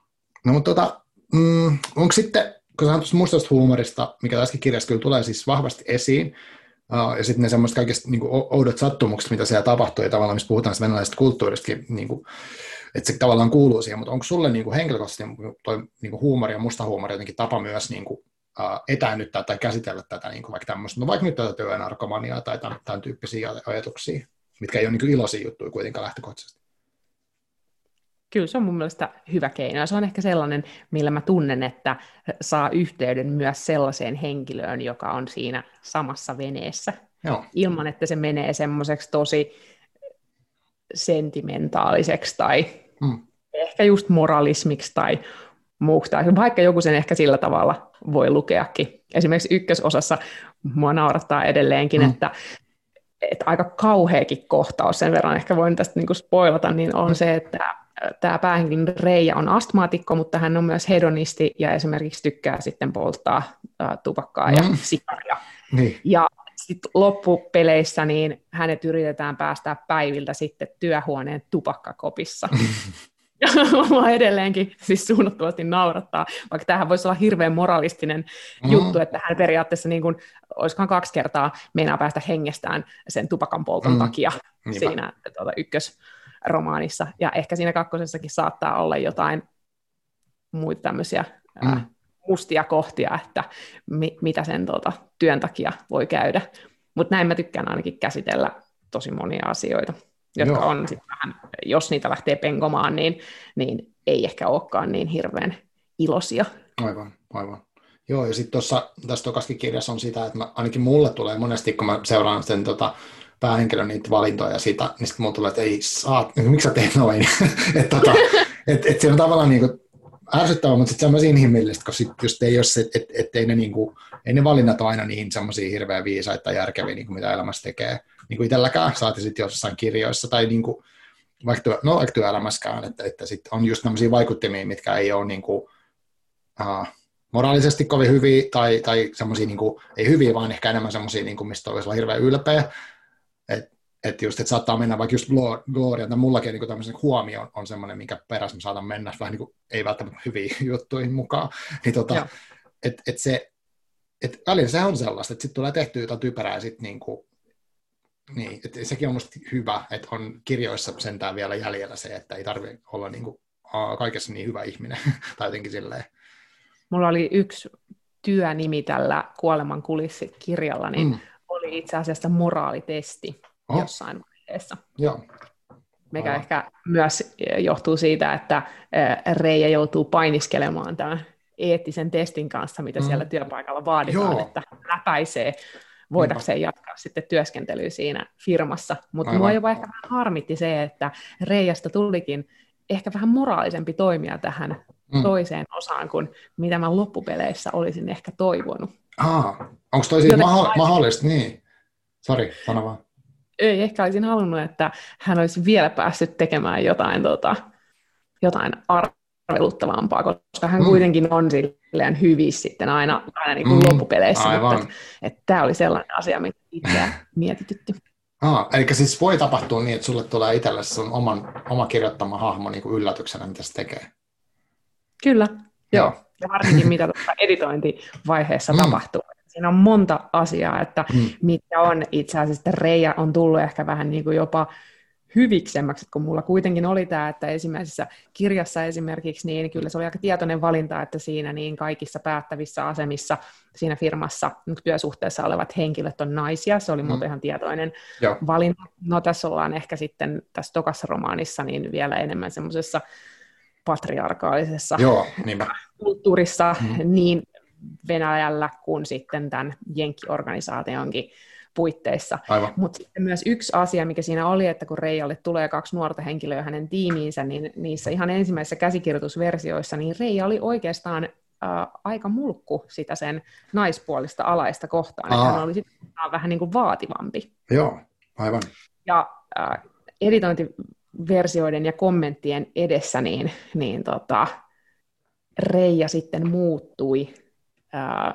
[SPEAKER 1] No mutta tota, mm, onko sitten, kun sanotaan tuosta mustasta huumorista, mikä tässäkin kirjassa kyllä tulee siis vahvasti esiin, uh, ja sitten ne semmoiset kaikista niin kuin oudot sattumukset, mitä siellä tapahtuu, ja tavallaan missä puhutaan venäläisestä kulttuuristakin, niin kuin, että se tavallaan kuuluu siihen, mutta onko sulle niin kuin henkilökohtaisesti toi niin kuin huumori ja musta huumori jotenkin tapa myös niin kuin, uh, etäännyttää tai käsitellä tätä niin kuin vaikka tämmöistä, no vaikka nyt tätä työnarkomaniaa tai tämän, tämän tyyppisiä ajatuksia, mitkä ei ole niin kuin iloisia juttuja kuitenkaan lähtökohtaisesti?
[SPEAKER 2] Kyllä se on mun mielestä hyvä keino, ja se on ehkä sellainen, millä mä tunnen, että saa yhteyden myös sellaiseen henkilöön, joka on siinä samassa veneessä,
[SPEAKER 1] Joo.
[SPEAKER 2] ilman että se menee semmoiseksi tosi sentimentaaliseksi tai hmm. ehkä just moralismiksi tai muuksi, tai vaikka joku sen ehkä sillä tavalla voi lukeakin. Esimerkiksi ykkösosassa mua naurattaa edelleenkin, hmm. että, että aika kauheakin kohtaus, sen verran ehkä voin tästä niinku spoilata, niin on hmm. se, että tämä päähenkilön Reija on astmaatikko, mutta hän on myös hedonisti ja esimerkiksi tykkää sitten polttaa ä, tupakkaa mm. ja sikaria. Niin. Ja sitten loppupeleissä niin hänet yritetään päästää päiviltä sitten työhuoneen tupakkakopissa. Ja mua edelleenkin siis suunnattomasti naurattaa, vaikka tämähän voisi olla hirveän moralistinen mm. juttu, että hän periaatteessa niin kuin, olisikohan kaksi kertaa meinaa päästä hengestään sen tupakan polton mm. takia Niinpä. siinä tuota, ykkös romaanissa, ja ehkä siinä kakkosessakin saattaa olla jotain muita tämmöisiä mm. ää, mustia kohtia, että mi- mitä sen tuota, työn takia voi käydä. Mutta näin mä tykkään ainakin käsitellä tosi monia asioita, jotka Joo. on sitten vähän, jos niitä lähtee penkomaan, niin, niin ei ehkä olekaan niin hirveän iloisia.
[SPEAKER 1] Aivan, aivan. Joo, ja sitten tuossa tässä Tokaskin kirjassa on sitä, että mä, ainakin mulle tulee monesti, kun mä seuraan sen tota, päähenkilön niitä valintoja siitä, niin sitten mulla tulee, että ei saa, miksi sä teet noin? että tota, et, et se on tavallaan niinku ärsyttävää, mutta sitten semmoisia inhimillistä, koska sitten just ei ole se, että et ei, ne niinku, ei ne valinnat ole aina niin semmoisia hirveän viisaita tai järkeviä, niinku mitä elämässä tekee. Niin kuin itselläkään, saati sitten jossain kirjoissa tai niinku, vaikka, työ, no, vaikka työelämässäkään, että, että sitten on just tämmöisiä vaikuttimia, mitkä ei ole niinku, uh, moraalisesti kovin hyviä tai, tai semmoisia, niinku, ei hyviä, vaan ehkä enemmän semmoisia, niinku, mistä olisi olla hirveän ylpeä. Että et just, että saattaa mennä vaikka just Gloria, tai mullakin niin tämmöisen huomio on, on semmoinen, minkä perässä mä saatan mennä vähän niin kuin, ei välttämättä hyviä juttuihin mukaan. Niin tota, että et se, että välillä se on sellaista, että sitten tulee tehtyä jotain typerää, ja sitten niin kuin, niin, että sekin on musta hyvä, että on kirjoissa sentään vielä jäljellä se, että ei tarvitse olla niin kuin, kaikessa niin hyvä ihminen, tai jotenkin silleen.
[SPEAKER 2] Mulla oli yksi työnimi tällä Kuoleman kulissit-kirjalla, niin mm. oli itse asiassa moraalitesti Oho. jossain vaiheessa.
[SPEAKER 1] Joo.
[SPEAKER 2] Mikä Oho. ehkä myös johtuu siitä, että Reija joutuu painiskelemaan tämän eettisen testin kanssa, mitä mm. siellä työpaikalla vaaditaan, Joo. että läpäisee voidakseen jatkaa sitten työskentelyä siinä firmassa. Mutta mua jopa ehkä vähän harmitti se, että Reijasta tulikin ehkä vähän moraalisempi toimija tähän mm. toiseen osaan kuin mitä mä loppupeleissä olisin ehkä toivonut.
[SPEAKER 1] Ah, onko toi siis maho- mahdollista? Niin. Sori, sano vaan.
[SPEAKER 2] Ei, ehkä olisin halunnut, että hän olisi vielä päässyt tekemään jotain, tota, jotain arveluttavampaa, koska hän mm. kuitenkin on silleen hyvissä sitten aina, aina niin kuin mm. loppupeleissä. Aivan. Mutta että tämä oli sellainen asia, mikä itseä mietitytti.
[SPEAKER 1] Ah, eli siis voi tapahtua niin, että sulle tulee itselle sun oman, oma kirjoittama hahmo niin kuin yllätyksenä, mitä se tekee.
[SPEAKER 2] Kyllä, joo. joo. Ja varsinkin mitä tuossa editointivaiheessa mm. tapahtuu. Siinä on monta asiaa, että mm. mitkä on itse asiassa, että Reija on tullut ehkä vähän niin kuin jopa hyviksemmäksi, kun mulla kuitenkin oli tämä, että ensimmäisessä kirjassa esimerkiksi, niin kyllä se oli aika tietoinen valinta, että siinä niin kaikissa päättävissä asemissa siinä firmassa työsuhteessa olevat henkilöt on naisia, se oli mm. muuten ihan tietoinen Joo. valinta. No tässä ollaan ehkä sitten tässä tokassa romaanissa niin vielä enemmän semmoisessa patriarkaalisessa
[SPEAKER 1] Joo,
[SPEAKER 2] kulttuurissa, mm. niin Venäjällä kuin sitten tämän Jenkki-organisaationkin puitteissa. Mutta sitten myös yksi asia, mikä siinä oli, että kun Reijalle tulee kaksi nuorta henkilöä hänen tiimiinsä, niin niissä ihan ensimmäisissä käsikirjoitusversioissa, niin Reija oli oikeastaan äh, aika mulkku sitä sen naispuolista alaista kohtaan, että hän oli sitten vähän niin kuin vaativampi.
[SPEAKER 1] Joo, aivan.
[SPEAKER 2] Ja äh, editointiversioiden ja kommenttien edessä, niin, niin tota, Reija sitten muuttui äh,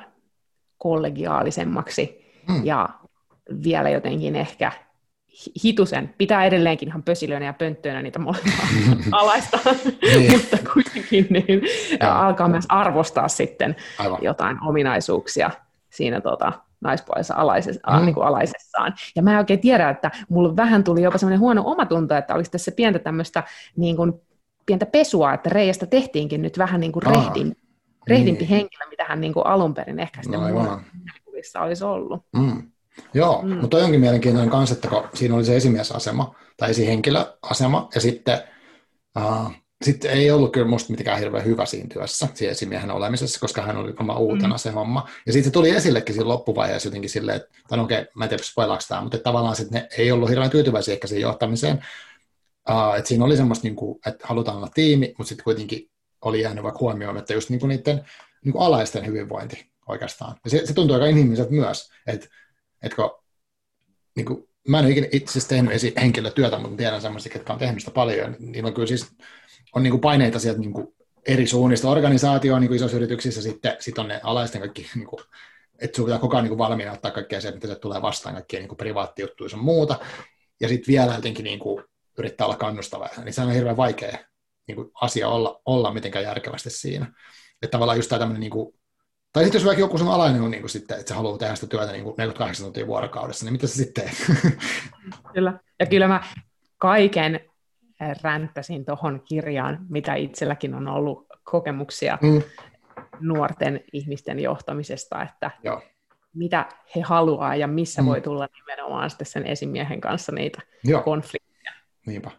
[SPEAKER 2] kollegiaalisemmaksi hmm. ja vielä jotenkin ehkä hitusen, pitää edelleenkin ihan pösilöinä ja pönttöönä niitä molempia alaista, niin. mutta kuitenkin niin alkaa myös arvostaa sitten Aivan. jotain ominaisuuksia siinä tota, naispuolisessa alaisessa, mm. niin kuin alaisessaan. Ja mä en oikein tiedä, että mulla vähän tuli jopa semmoinen huono omatunto, että olisi tässä pientä tämmöistä niin kuin, pientä pesua, että Reijasta tehtiinkin nyt vähän niin kuin rehdin, rehdimpi niin. henkilö, mitä hän niin kuin alun perin ehkä sitten no, mulla olisi ollut.
[SPEAKER 1] Mm. Joo, mm. mutta toi onkin mielenkiintoinen kanssa, että kun siinä oli se esimiesasema tai esihenkilöasema, ja sitten, uh, sitten ei ollut kyllä musta mitenkään hirveän hyvä siinä työssä, siinä esimiehen olemisessa, koska hän oli oma uutena mm. se homma. Ja sitten se tuli esillekin siinä loppuvaiheessa jotenkin silleen, että, tai no okei, okay, mä en tiedä, spoilaako tämä, mutta tavallaan sitten ne ei ollut hirveän tyytyväisiä ehkä siihen johtamiseen. Uh, että siinä oli semmoista, niin kuin, että halutaan olla tiimi, mutta sitten kuitenkin oli jäänyt vaikka huomioimatta just niin kuin niiden niin kuin alaisten hyvinvointi oikeastaan. Ja se, se tuntuu aika inhimilliseltä myös, että Että niin kuin, mä en ole ikinä itse asiassa tehnyt esi- henkilötyötä, mutta tiedän semmoisia, jotka on tehnyt sitä paljon. Niillä on kyllä siis on niin kuin paineita sieltä niin kuin eri suunnista organisaatioon niin kuin isoissa yrityksissä, sitten sit on ne alaisten kaikki, niin kuin, että sun pitää koko ajan niin kuin valmiina ottaa kaikkea se, mitä se tulee vastaan, kaikkia niin kuin privaattijuttuja ja muuta. Ja sitten vielä jotenkin niin kuin, yrittää olla kannustava. Niin se on hirveän vaikea niin kuin asia olla, olla mitenkään järkevästi siinä. Että tavallaan just tämä tämmöinen niin kuin tai sitten jos vaikka joku sun alainen on niin kuin sitten, että se haluaa tehdä sitä työtä niin kuin neljäkymmentäkahdeksan tuntia vuorokaudessa, niin mitä sä sitten teet?
[SPEAKER 2] Kyllä. Ja kyllä mä kaiken ränttäsin tuohon kirjaan, mitä itselläkin on ollut kokemuksia mm. nuorten ihmisten johtamisesta, että Joo. mitä he haluaa ja missä mm. voi tulla nimenomaan sitten sen esimiehen kanssa niitä Joo. konflikteja.
[SPEAKER 1] Niinpä.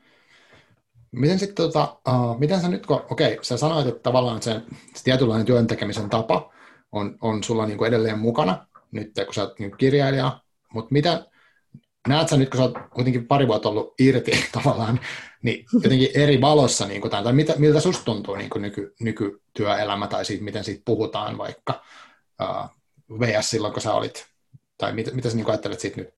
[SPEAKER 1] Miten sitten, tota, uh, miten sä nyt, okei, okay, sä sanoit, että tavallaan se, se tietynlainen työn tekemisen tapa on, on sulla niinku edelleen mukana, nyt kun sä oot niinku kirjailija, mutta mitä, näet sä nyt, kun sä oot kuitenkin pari vuotta ollut irti tavallaan, niin jotenkin eri valossa, niinku tämän, tai mitä, miltä susta tuntuu niinku nyky, nykytyöelämä, tai siitä, miten siitä puhutaan vaikka uh, V S silloin, kun sä olit, tai mit, mitä sä niinku ajattelet siitä nyt?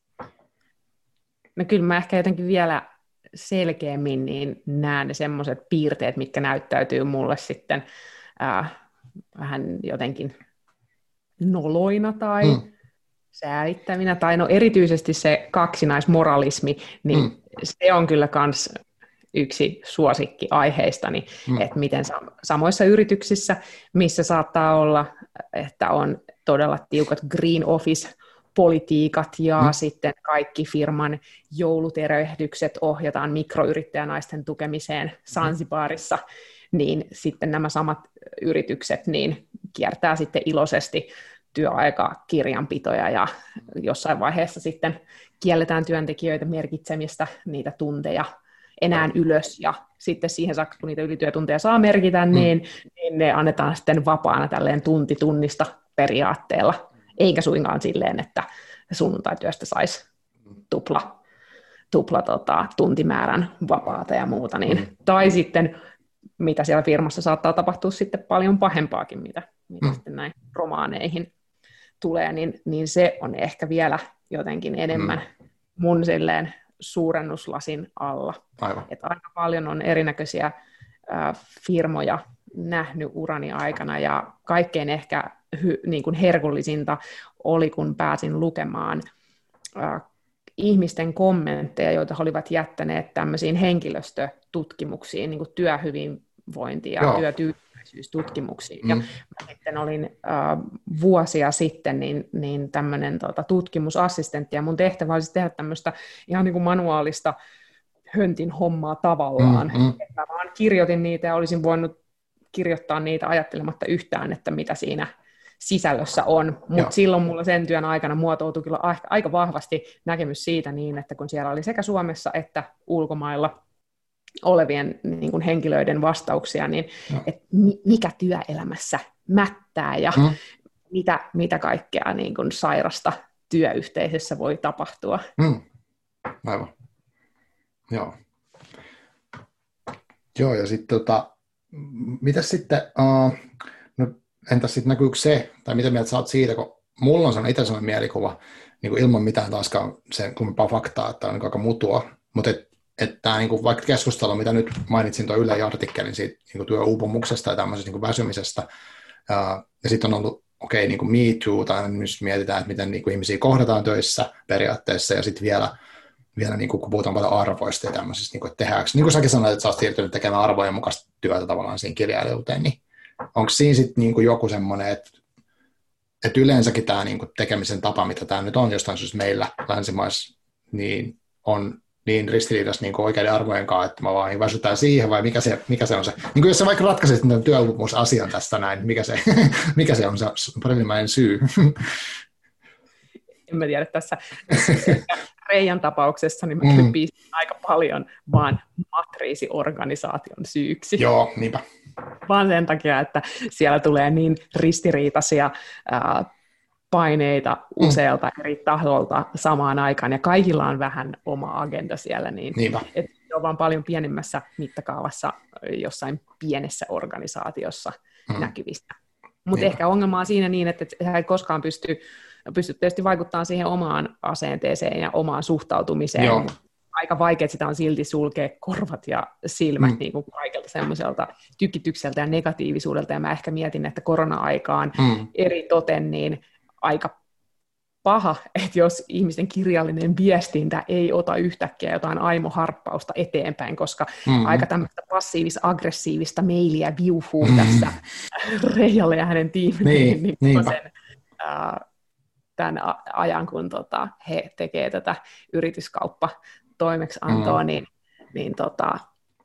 [SPEAKER 2] No kyllä mä ehkä jotenkin vielä selkeämmin niin näen ne semmoiset piirteet, mitkä näyttäytyy mulle sitten äh, vähän jotenkin noloina tai mm. säälittävinä, tai no erityisesti se kaksinaismoralismi, niin mm. se on kyllä kans yksi suosikki aiheistani, mm. että miten sam- samoissa yrityksissä, missä saattaa olla, että on todella tiukat green office politiikat ja mm. sitten kaikki firman jouluterehdykset ohjataan mikroyrittäjänaisten tukemiseen Zanzibarissa, niin sitten nämä samat yritykset niin kiertää sitten iloisesti työaikakirjanpitoja ja jossain vaiheessa sitten kielletään työntekijöitä merkitsemistä niitä tunteja enää ylös ja sitten siihen saakka, kun niitä ylityötunteja saa merkitä, mm. niin, niin ne annetaan sitten vapaana tälleen tunti tunnista periaatteella. Eikä suinkaan silleen, että sunnuntaityöstä saisi tupla tupla tota, tuntimäärän vapaata ja muuta. Niin, mm. Tai sitten, mitä siellä firmassa saattaa tapahtua sitten paljon pahempaakin, mitä, mitä mm. sitten näin romaaneihin tulee, niin, niin se on ehkä vielä jotenkin enemmän mm. mun silleen suurennuslasin alla.
[SPEAKER 1] Aivan.
[SPEAKER 2] Että aika paljon on erinäköisiä äh, firmoja nähnyt urani aikana, ja kaikkein ehkä hy, niin kuin herkullisinta oli, kun pääsin lukemaan äh, ihmisten kommentteja, joita he olivat jättäneet tämmöisiin henkilöstötutkimuksiin, niin kuin työhyvinvointi- ja Joo. työtyytyväisyystutkimuksiin. Mm. Ja mä sitten olin äh, vuosia sitten niin, niin tämmöinen tota, tutkimusassistentti, ja mun tehtävä olisi tehdä tämmöistä ihan niin kuin manuaalista höntin hommaa tavallaan. Mm, mm. Että mä vaan kirjoitin niitä ja olisin voinut kirjoittaa niitä ajattelematta yhtään, että mitä siinä sisällössä on, mutta silloin mulla sen työn aikana muotoutui kyllä aika vahvasti näkemys siitä niin, että kun siellä oli sekä Suomessa että ulkomailla olevien niin kuin henkilöiden vastauksia, niin että mikä työelämässä mättää ja mm. mitä, mitä kaikkea niin kuin sairasta työyhteisössä voi tapahtua.
[SPEAKER 1] Mm. Aivan. Joo. Joo, ja sitten tota, mitäs sitten, uh, no entäs sitten näkyykö se, tai mitä mieltä sä oot siitä, kun mulla on sellainen itse sellainen mielikuva, niin kuin ilman mitään taaskaan sen kummempaa faktaa, että on niin aika mutua, mutta et, että niin kuin vaikka keskustelu, mitä nyt mainitsin tuon Yle artikkelin siitä niin kuin työuupumuksesta ja tämmöisestä niin kuin väsymisestä, uh, ja sitten on ollut, okei, okay, niin kuin Me Too, tai myös mietitään, että miten niin kuin ihmisiä kohdataan töissä periaatteessa, ja sitten vielä vielä niin kuin, kun puhutaan paljon arvoista ja tämmöisistä, niin kuin, että tehdäänkö, niin kuin säkin sanoit, että sä oot siirtynyt tekemään arvojen mukaista työtä tavallaan siinä kirjailijuuteen, niin onko siinä sitten niin kuin joku semmoinen, että, että yleensäkin tämä niin kuin tekemisen tapa, mitä tämä nyt on jostain syystä meillä länsimaissa, niin on niin ristiriidassa niin kuin oikeiden arvojen kanssa, että mä vaan väsytään siihen, vai mikä se, mikä se on se, niin kuin jos sä vaikka ratkaisit tämän työuupumusasian tästä näin, mikä se, mikä se on se päällimmäinen syy?
[SPEAKER 2] En mä tiedä tässä. Reijan tapauksessa niin mä mm. piistin aika paljon vaan matriisiorganisaation syyksi.
[SPEAKER 1] Joo, niinpä.
[SPEAKER 2] Vaan sen takia, että siellä tulee niin ristiriitaisia ää, paineita usealta mm. eri taholta samaan aikaan, ja kaikilla on vähän oma agenda siellä, niin että se on vaan paljon pienemmässä mittakaavassa jossain pienessä organisaatiossa mm. näkyvistä. Mutta ehkä ongelma on siinä niin, että sä et koskaan pysty pystyt tietysti vaikuttamaan siihen omaan asenteeseen ja omaan suhtautumiseen. Joo. Aika vaikea sitä on silti sulkea korvat ja silmät mm. niin kuin kaikelta semmoiselta tykitykseltä ja negatiivisuudelta. Ja mä ehkä mietin, että korona-aikaan mm. eri toten niin aika paha, että jos ihmisten kirjallinen viestintä ei ota yhtäkkiä jotain aimoharppausta eteenpäin, koska mm. aika tämmöistä passiivis-aggressiivista mailia viuhuu mm. tässä Reijalle ja hänen tiimilleen. Niin, niin sen, uh, tämän ajan, kun tota, he tekevät tätä yrityskauppatoimeksiantoa, mm. niin, niin tota,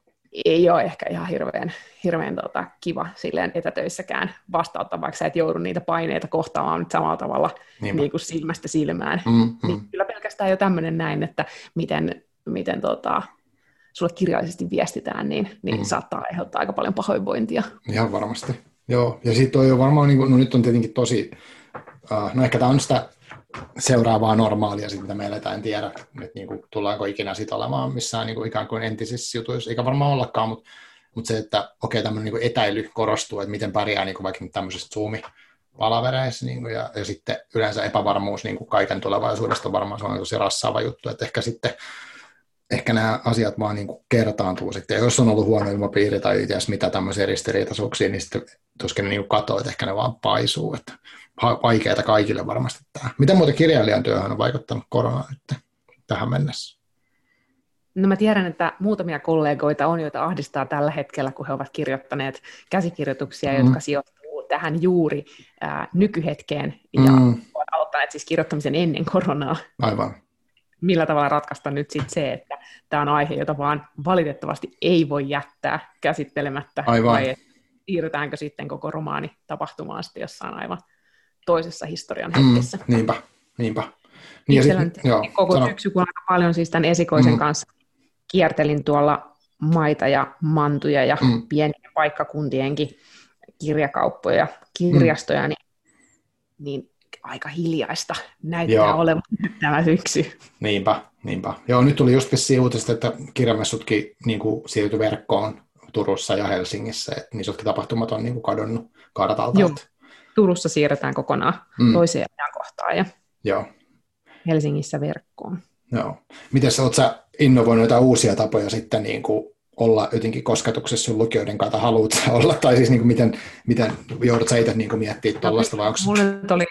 [SPEAKER 2] ei ole ehkä ihan hirveän, hirveän tota, kiva silleen etätöissäkään vastauttaa, vaikka sä et joudu niitä paineita kohtaamaan nyt samalla tavalla niin kuin silmästä silmään. Mm, mm. Niin kyllä pelkästään jo tämmöinen näin, että miten, miten tota, sulle kirjallisesti viestitään, niin, niin mm. saattaa aiheuttaa aika paljon pahoinvointia.
[SPEAKER 1] Ihan varmasti. Joo, ja sitten on jo varmaan, niin kuin, no nyt on tietenkin tosi, uh, no ehkä tämä on sitä seuraavaa normaalia, sit, mitä me eletään, en tiedä, että niin kuin, tullaanko ikinä sit olemaan missään niin kuin, ikään kuin entisissä jutuissa, eikä varmaan ollakaan, mutta mut se, että okei, tämmöinen niin etäily korostuu, että miten pärjää niin kuin, vaikka tämmöisessä Zoom-palavereissa, niin kuin, ja, ja sitten yleensä epävarmuus niin kuin kaiken tulevaisuudesta on varmaan sellainen tosi rassaava juttu, että ehkä sitten ehkä nämä asiat vaan niin kuin kertaantuu sitten, ja jos on ollut huono ilmapiiri tai ties mitä tämmöisiä ristiriitaisuuksia, niin sitten tuskin ne niin katsoo, että ehkä ne vaan paisuu, että vaikeaa kaikille varmasti tämä. Miten muuten kirjailijan työhön on vaikuttanut korona nyt tähän mennessä?
[SPEAKER 2] No mä tiedän, että muutamia kollegoita on, joita ahdistaa tällä hetkellä, kun he ovat kirjoittaneet käsikirjoituksia, mm. jotka sijoittuu tähän juuri ää, nykyhetkeen, ja mm. ovat aloittaneet siis kirjoittamisen ennen koronaa.
[SPEAKER 1] Aivan.
[SPEAKER 2] Millä tavalla ratkaista nyt sit se, että tämä on aihe, jota vaan valitettavasti ei voi jättää käsittelemättä,
[SPEAKER 1] aivan.
[SPEAKER 2] Vai siirrytäänkö sitten koko romaani tapahtumaan sitten jossain aivan toisessa historian hetkessä.
[SPEAKER 1] Mm, niinpä, niinpä.
[SPEAKER 2] Niin sit, joo, koko sano. syksy, kun aika paljon siis tämän esikoisen mm. kanssa kiertelin tuolla maita ja mantuja ja mm. pieniä paikkakuntienkin kirjakauppoja, kirjastoja, mm. niin, niin aika hiljaista näyttää
[SPEAKER 1] Joo.
[SPEAKER 2] olevan tämä syksy.
[SPEAKER 1] Niinpä, niinpä. Joo, nyt tuli just vissiin uutista, että kirjamessutkin niin kuin siirtyi verkkoon Turussa ja Helsingissä, että niissäkin tapahtumat on niin kuin kadonnut kartalta.
[SPEAKER 2] Joo, Turussa siirretään kokonaan mm. toiseen ajankohtaan ja
[SPEAKER 1] Joo.
[SPEAKER 2] Helsingissä verkkoon.
[SPEAKER 1] Joo. Miten sä, oot sä innovoinut jotain uusia tapoja sitten niin kuin olla jotenkin kosketuksessa sun lukijoiden kanssa, haluat sä olla, tai siis niin kuin miten, miten joudut sä itse niin kuin miettimään tuollaista, vai onko...
[SPEAKER 2] Mulle oli...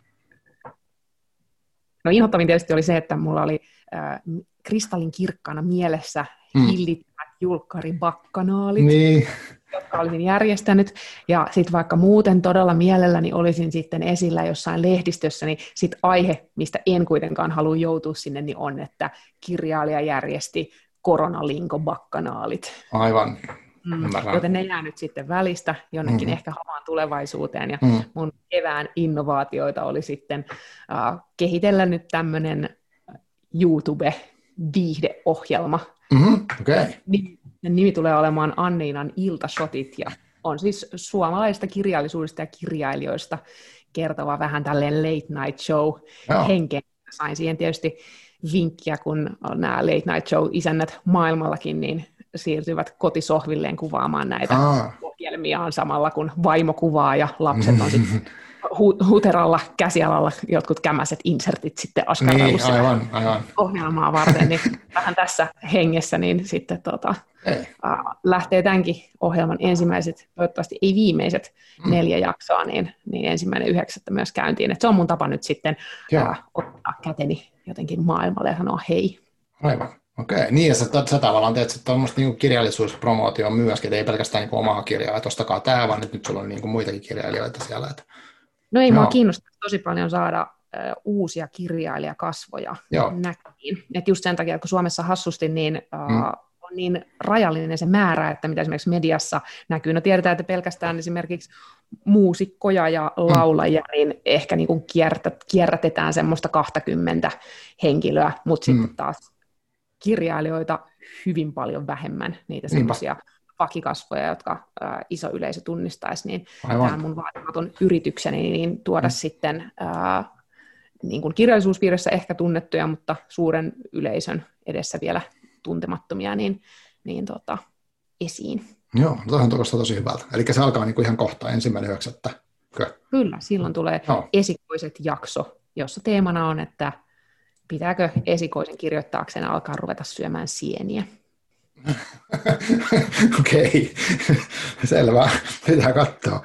[SPEAKER 2] No inhottavin tietysti oli se, että mulla oli äh, kristallin kirkkaana mielessä mm. hillittömät julkkaribakkanaalit,
[SPEAKER 1] niin.
[SPEAKER 2] jotka olisin järjestänyt, ja sitten vaikka muuten todella mielelläni olisin sitten esillä jossain lehdistössä, niin sitten aihe, mistä en kuitenkaan halua joutua sinne, niin on, että kirjailija järjesti koronalinko-bakkanaalit.
[SPEAKER 1] Aivan.
[SPEAKER 2] Mm, joten ne jää nyt sitten välistä jonnekin mm. ehkä hamaan tulevaisuuteen, ja
[SPEAKER 1] mm.
[SPEAKER 2] mun kevään innovaatioita oli sitten uh, kehitellä nyt tämmöinen YouTube-viihdeohjelma.
[SPEAKER 1] Mm-hmm. Okay.
[SPEAKER 2] Nimi, nimi tulee olemaan Anniinan iltashotit, ja on siis suomalaista kirjallisuudesta ja kirjailijoista kertova vähän tälleen late night show henkeen. Sain siihen tietysti vinkkiä, kun nämä late night show isännät maailmallakin, niin siirtyvät kotisohvilleen kuvaamaan näitä Aa. ohjelmiaan samalla, kun vaimo kuvaa ja lapset on sitten hu- huteralla käsialalla jotkut kämäiset insertit sitten askarrellut
[SPEAKER 1] niin, aivan, aivan.
[SPEAKER 2] ohjelmaa varten, niin vähän tässä hengessä niin sitten tota, uh, lähtee tämänkin ohjelman ensimmäiset, toivottavasti ei viimeiset mm. neljä jaksoa, niin, niin ensimmäinen yhdeksättä myös käyntiin. Et se on mun tapa nyt sitten uh, ottaa käteni jotenkin maailmalle ja sanoa hei.
[SPEAKER 1] Aivan. Okei, niin ja sä, sä tavallaan teet tuommoista niinku kirjallisuuspromootioa myöskin, että ei pelkästään niinku omaa kirjaa, että ostakaa tämä, vaan nyt, nyt sulla on niinku muitakin kirjailijoita siellä. Että...
[SPEAKER 2] No ei, no. Mua kiinnostaa tosi paljon saada ö, uusia kirjailijakasvoja
[SPEAKER 1] Joo.
[SPEAKER 2] näkyviin. Et just sen takia, kun Suomessa hassusti niin, ö, mm. on niin rajallinen se määrä, että mitä esimerkiksi mediassa näkyy. No tiedetään, että pelkästään esimerkiksi muusikkoja ja laulajia, mm. niin ehkä niinku kiertät, kierrätetään semmoista kaksikymmentä henkilöä, mutta mm. sitten taas kirjailijoita hyvin paljon vähemmän, niitä semmoisia vakikasvoja, jotka ää, iso yleisö tunnistaisi, niin Aivan. Tämä mun vaatimaton yritykseni niin tuoda mm. sitten ää, niin kuin kirjallisuuspiirissä ehkä tunnettuja, mutta suuren yleisön edessä vielä tuntemattomia niin, niin tota, esiin.
[SPEAKER 1] Joo, no toihan kuulostaa tosi hyvältä. Eli se alkaa niin kuin ihan kohta, ensimmäinen yhdeksättä.
[SPEAKER 2] Kyllä, silloin tulee no. esikoiset jakso, jossa teemana on, että pitääkö esikoisen kirjoittaakseen alkaa ruveta syömään sieniä?
[SPEAKER 1] Okei, selvä. Pitää katsoa.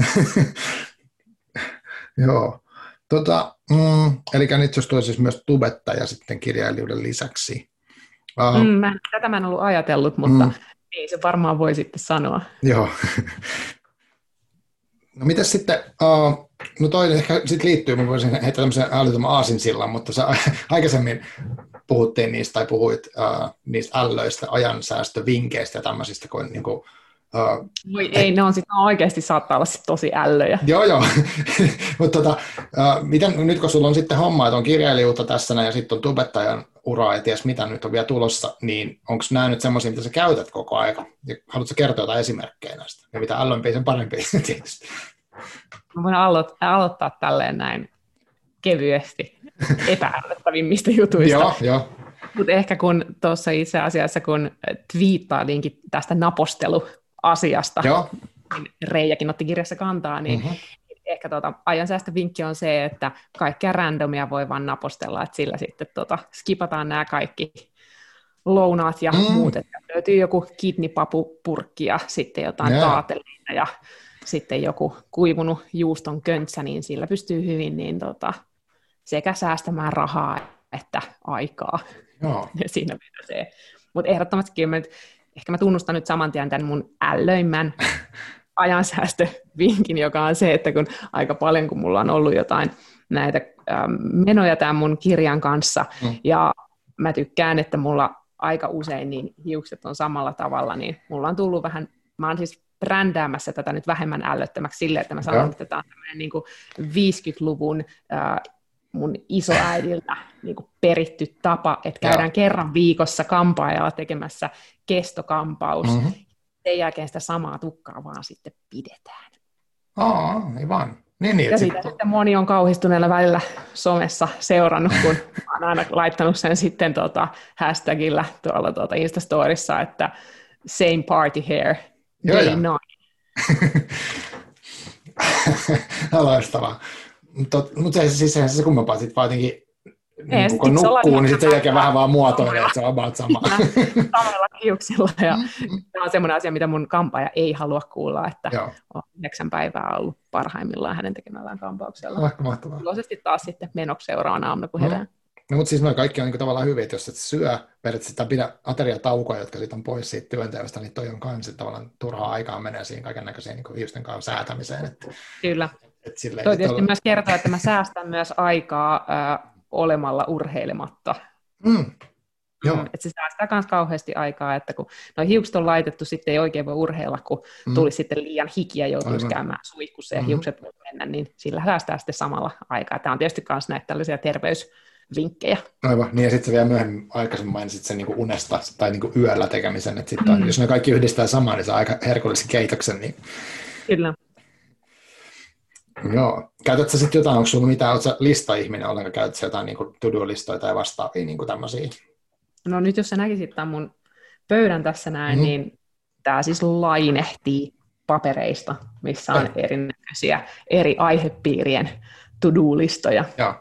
[SPEAKER 1] Joo. Tota, mm, eli nyt jos tulee siis myös tubettaja sitten kirjailijuuden lisäksi. Uh,
[SPEAKER 2] mm, mä, tätä mä en ollut ajatellut, mutta mm. niin se varmaan voi sitten sanoa.
[SPEAKER 1] Joo. No mitäs sitten, uh, no toi ehkä sitten liittyy, mä voisin heittää tämmöisen älyttömän aasinsillan, mutta sä aikaisemmin puhuttiin niistä tai puhuit uh, niistä ällöistä, ajansäästövinkkeistä ja tämmöisistä kuin niin kuin, uh,
[SPEAKER 2] Voi ei, ne on sitten oikeasti saattaa olla sit tosi ällöjä.
[SPEAKER 1] Joo, joo. Mutta tota, uh, miten, nyt kun sulla on sitten homma, että on kirjailijuutta tässä ja sitten on tubettajan uraa ja ties mitä nyt on vielä tulossa, niin onko nämä nyt semmoisia, mitä sä käytät koko aika? Ja haluatko kertoa jotain esimerkkejä näistä? Ja mitä ällömpiä, sen parempi tietysti.
[SPEAKER 2] Mä voin aloittaa, aloittaa tälleen näin kevyesti epäällyttävimmistä jutuista.
[SPEAKER 1] Joo, joo.
[SPEAKER 2] Mutta ehkä kun tuossa itse asiassa, kun twiittailinkin tästä naposteluasiasta, Joo. niin Reijakin otti kirjassa kantaa, niin mm-hmm. ehkä tota, ajansäästövinkki on se, että kaikkea randomia voi vaan napostella, että sillä sitten tota, skipataan nämä kaikki lounaat ja mm. muut, että löytyy joku kidnipapupurkki ja sitten jotain yeah. taateliina ja sitten joku kuivunut juuston köntsä, niin sillä pystyy hyvin niin tota, sekä säästämään rahaa että aikaa.
[SPEAKER 1] Joo.
[SPEAKER 2] Siinä se. Mutta ehdottomasti mä nyt, ehkä mä tunnustan nyt saman tien tämän mun ällöimmän ajansäästövinkin, joka on se, että kun aika paljon, kun mulla on ollut jotain näitä ähm, menoja tämän mun kirjan kanssa, mm. ja mä tykkään, että mulla aika usein niin hiukset on samalla tavalla, niin mulla on tullut vähän, mä oon siis brändäämässä tätä nyt vähemmän ällöttömäksi silleen, että mä sanon, ja. että tämä on tämmöinen niin kuin viisikymmentäluvun äh, mun isoäidiltä niin kuin peritty tapa, että käydään ja. kerran viikossa kampaajalla tekemässä kestokampaus. Mm-hmm. Sen jälkeen sitä samaa tukkaa vaan sitten pidetään.
[SPEAKER 1] Aa, aivan. Niin, niin,
[SPEAKER 2] Ja
[SPEAKER 1] sit...
[SPEAKER 2] siitä sitten moni on kauhistuneella välillä somessa seurannut, kun olen aina laittanut sen sitten tota, hashtagillä tuolla tuota Instastorissa, että same party hair,
[SPEAKER 1] Joo,
[SPEAKER 2] day
[SPEAKER 1] joo.
[SPEAKER 2] nine.
[SPEAKER 1] Loistavaa. Mutta mut se, siis sehän se kummempaa sitten vaan jotenkin, niin
[SPEAKER 2] Ei,
[SPEAKER 1] kun nukkuu, niin sitten sen jälkeen vähän vaan muotoilee,
[SPEAKER 2] samoilla.
[SPEAKER 1] että se on about sama.
[SPEAKER 2] Samalla hiuksilla. Ja tämä on semmoinen asia, mitä mun kampaaja ei halua kuulla, että
[SPEAKER 1] Joo.
[SPEAKER 2] on yhdeksän päivää ollut parhaimmillaan hänen tekemällään kampauksella.
[SPEAKER 1] Oh, mahtavaa.
[SPEAKER 2] Iloisesti taas sitten menoksi seuraavana aamuna, kun herää.
[SPEAKER 1] Mm. No, mutta siis noin kaikki on niin tavallaan hyviä, että jos et syö, periaatteessa tai pidä ateriataukoja, jotka sitten on pois siitä työnteosta, niin toi on kanssa tavallaan turhaa aikaa menee siihen kaiken näköiseen niin hiusten kanssa säätämiseen. Että,
[SPEAKER 2] Kyllä.
[SPEAKER 1] et silleen,
[SPEAKER 2] Toi tietysti
[SPEAKER 1] olla...
[SPEAKER 2] myös kertoo, että mä säästän myös aikaa äh, olemalla urheilematta.
[SPEAKER 1] Mm. Joo.
[SPEAKER 2] Mm, että se säästää myös kauheasti aikaa, että kun noi hiukset on laitettu, sitten ei oikein voi urheilla, kun mm. tulisi sitten liian hiki ja joutuisi Aivan. käymään suihkussa ja mm. hiukset voi mennä, niin sillä säästää sitten samalla aikaa. Tämä on tietysti myös näitä tällaisia terveysvinkkejä.
[SPEAKER 1] Aivan, niin ja sitten vielä myöhemmin aikaisemmin mainitsit sen niin unesta tai niin yöllä tekemisen, että sit on,
[SPEAKER 2] Mm.
[SPEAKER 1] jos ne kaikki yhdistää samaan, niin se on aika herkullisen keitoksen. Niin...
[SPEAKER 2] Kyllä.
[SPEAKER 1] Joo. Käytätkö sä sitten jotain, onko sulla mitään, oletko sä lista-ihminen ollenkaan, käytätkö jotain niin to-do-listoja tai vastaavia niin tämmöisiä?
[SPEAKER 2] No nyt jos sä näkisit tämän mun pöydän tässä näin,
[SPEAKER 1] Mm.
[SPEAKER 2] niin tämä siis lainehtii papereista, missä on
[SPEAKER 1] Ai.
[SPEAKER 2] erinäköisiä eri aihepiirien to-do-listoja.
[SPEAKER 1] Joo.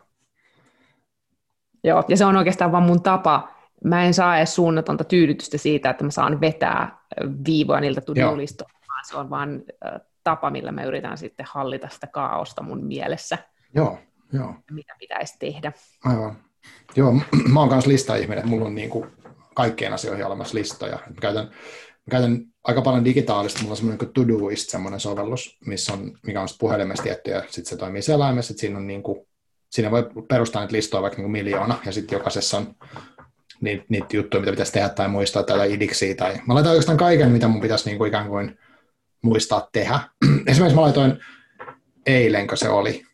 [SPEAKER 2] Joo, ja se on oikeastaan vaan mun tapa. Mä en saa edes suunnatonta tyydytystä siitä, että mä saan vetää viivoja niiltä to-do-listoilta, vaan se on vaan äh, tapa, millä mä yritän sitten hallita sitä kaaosta mun mielessä,
[SPEAKER 1] Joo, joo.
[SPEAKER 2] mitä pitäisi tehdä.
[SPEAKER 1] Aivan. Joo, m- mä oon kanssa lista-ihminen, että mulla on niin kuin kaikkien asioihin olemassa listoja. Mä käytän, mä käytän aika paljon digitaalista, mulla on semmoinen kuin Todoist, semmoinen sovellus, missä on, mikä on puhelimessa tietty, ja sitten se toimii selaimessa, että siinä on niin kuin, siinä voi perustaa niitä listoja vaikka niin kuin miljoona, ja sitten jokaisessa on niitä, niitä juttuja, mitä pitäisi tehdä tai muistaa, tai idiksiä, tai mä laitan oikeastaan kaiken, mitä mun pitäisi niin kuin ikään kuin muistaa tehdä. Esimerkiksi mä laitoin eilen, se oli,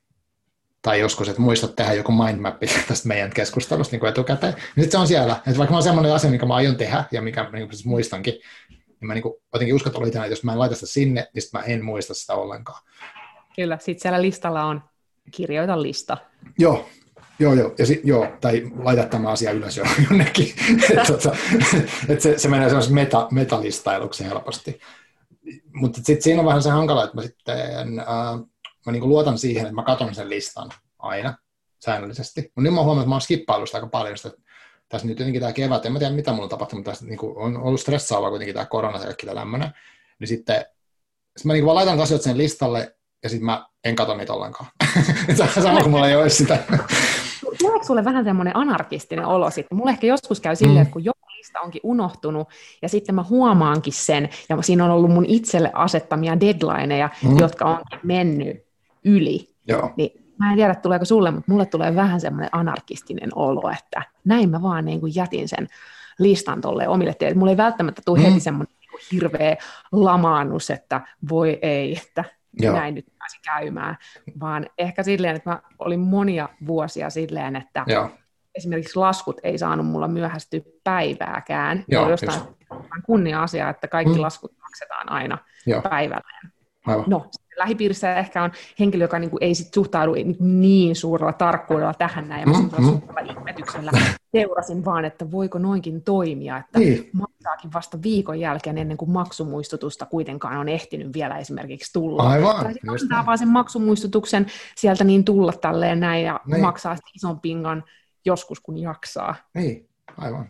[SPEAKER 1] tai joskus, että muistat tehdä joku mindmappi tästä meidän keskustelusta niin kuin etukäteen, niin sitten se on siellä. Että vaikka mä on semmoinen asia, mikä mä aion tehdä, ja mikä niin kuin muistankin, niin mä niin kuin, jotenkin uskon itse, että jos mä en laita sitä sinne, niin sitten mä en muista sitä ollenkaan.
[SPEAKER 2] Kyllä, sitten siellä listalla on kirjoita lista.
[SPEAKER 1] Joo, joo, joo, ja sit, joo tai laita tämä asia ylös jo jonnekin. että tota, et se, se menee semmoisen meta, metalistailuksi helposti. Mutta sitten siinä on vähän se hankala, että mä sitten... Äh, mä niin kuin luotan siihen, että mä katson sen listan aina säännöllisesti. Mutta nyt mä oon huomannut, että mä oon skippaillut sitä aika paljon. Sitä, tässä nyt jotenkin tämä kevät, en mä tiedä mitä mulla on tapahtunut, mutta tässä niin kuin on ollut stressaavaa kuitenkin tämä korona ja kaikki tämmöinen. Niin sitten sit mä niin kuin vaan laitan asioita sen listalle ja sitten mä en katso niitä ollenkaan. Sama kuin mulla ei ole sitä.
[SPEAKER 2] Tuleeko sulle vähän semmoinen anarkistinen olo sitten? Mulla ehkä joskus käy silleen, mm. että kun joku lista onkin unohtunut, ja sitten mä huomaankin sen, ja siinä on ollut mun itselle asettamia deadlineja, mm. jotka onkin mennyt yli.
[SPEAKER 1] Joo.
[SPEAKER 2] Niin mä en tiedä, tuleeko sulle, mutta mulle tulee vähän semmoinen anarkistinen olo, että näin mä vaan niin kuin jätin sen listan tolleen omille teille. Mulla ei välttämättä tule mm. heti semmoinen niin hirveä lamaannus, että voi ei, että Joo. näin nyt pääsi käymään, vaan ehkä silleen, että mä olin monia vuosia silleen, että Joo. esimerkiksi laskut ei saanut mulla myöhästyä päivääkään. Joo, oli jostain kunnia-asia, että kaikki mm. laskut maksetaan aina Joo. päivälleen. Aivan. No, lähipiirissä ehkä on henkilö, joka niinku ei sit suhtaudu niin suurella tarkkuudella tähän näin, ja mä mm, mm. ihmetyksellä seurasin vaan, että voiko noinkin toimia, että niin. maksaakin vasta viikon jälkeen ennen kuin maksumuistutusta kuitenkaan on ehtinyt vielä esimerkiksi tulla.
[SPEAKER 1] Aivan.
[SPEAKER 2] Tai sitten antaa vaan sen maksumuistutuksen sieltä niin tulla tälleen näin, ja niin. maksaa sitten ison pingan joskus, kun jaksaa.
[SPEAKER 1] Niin, aivan.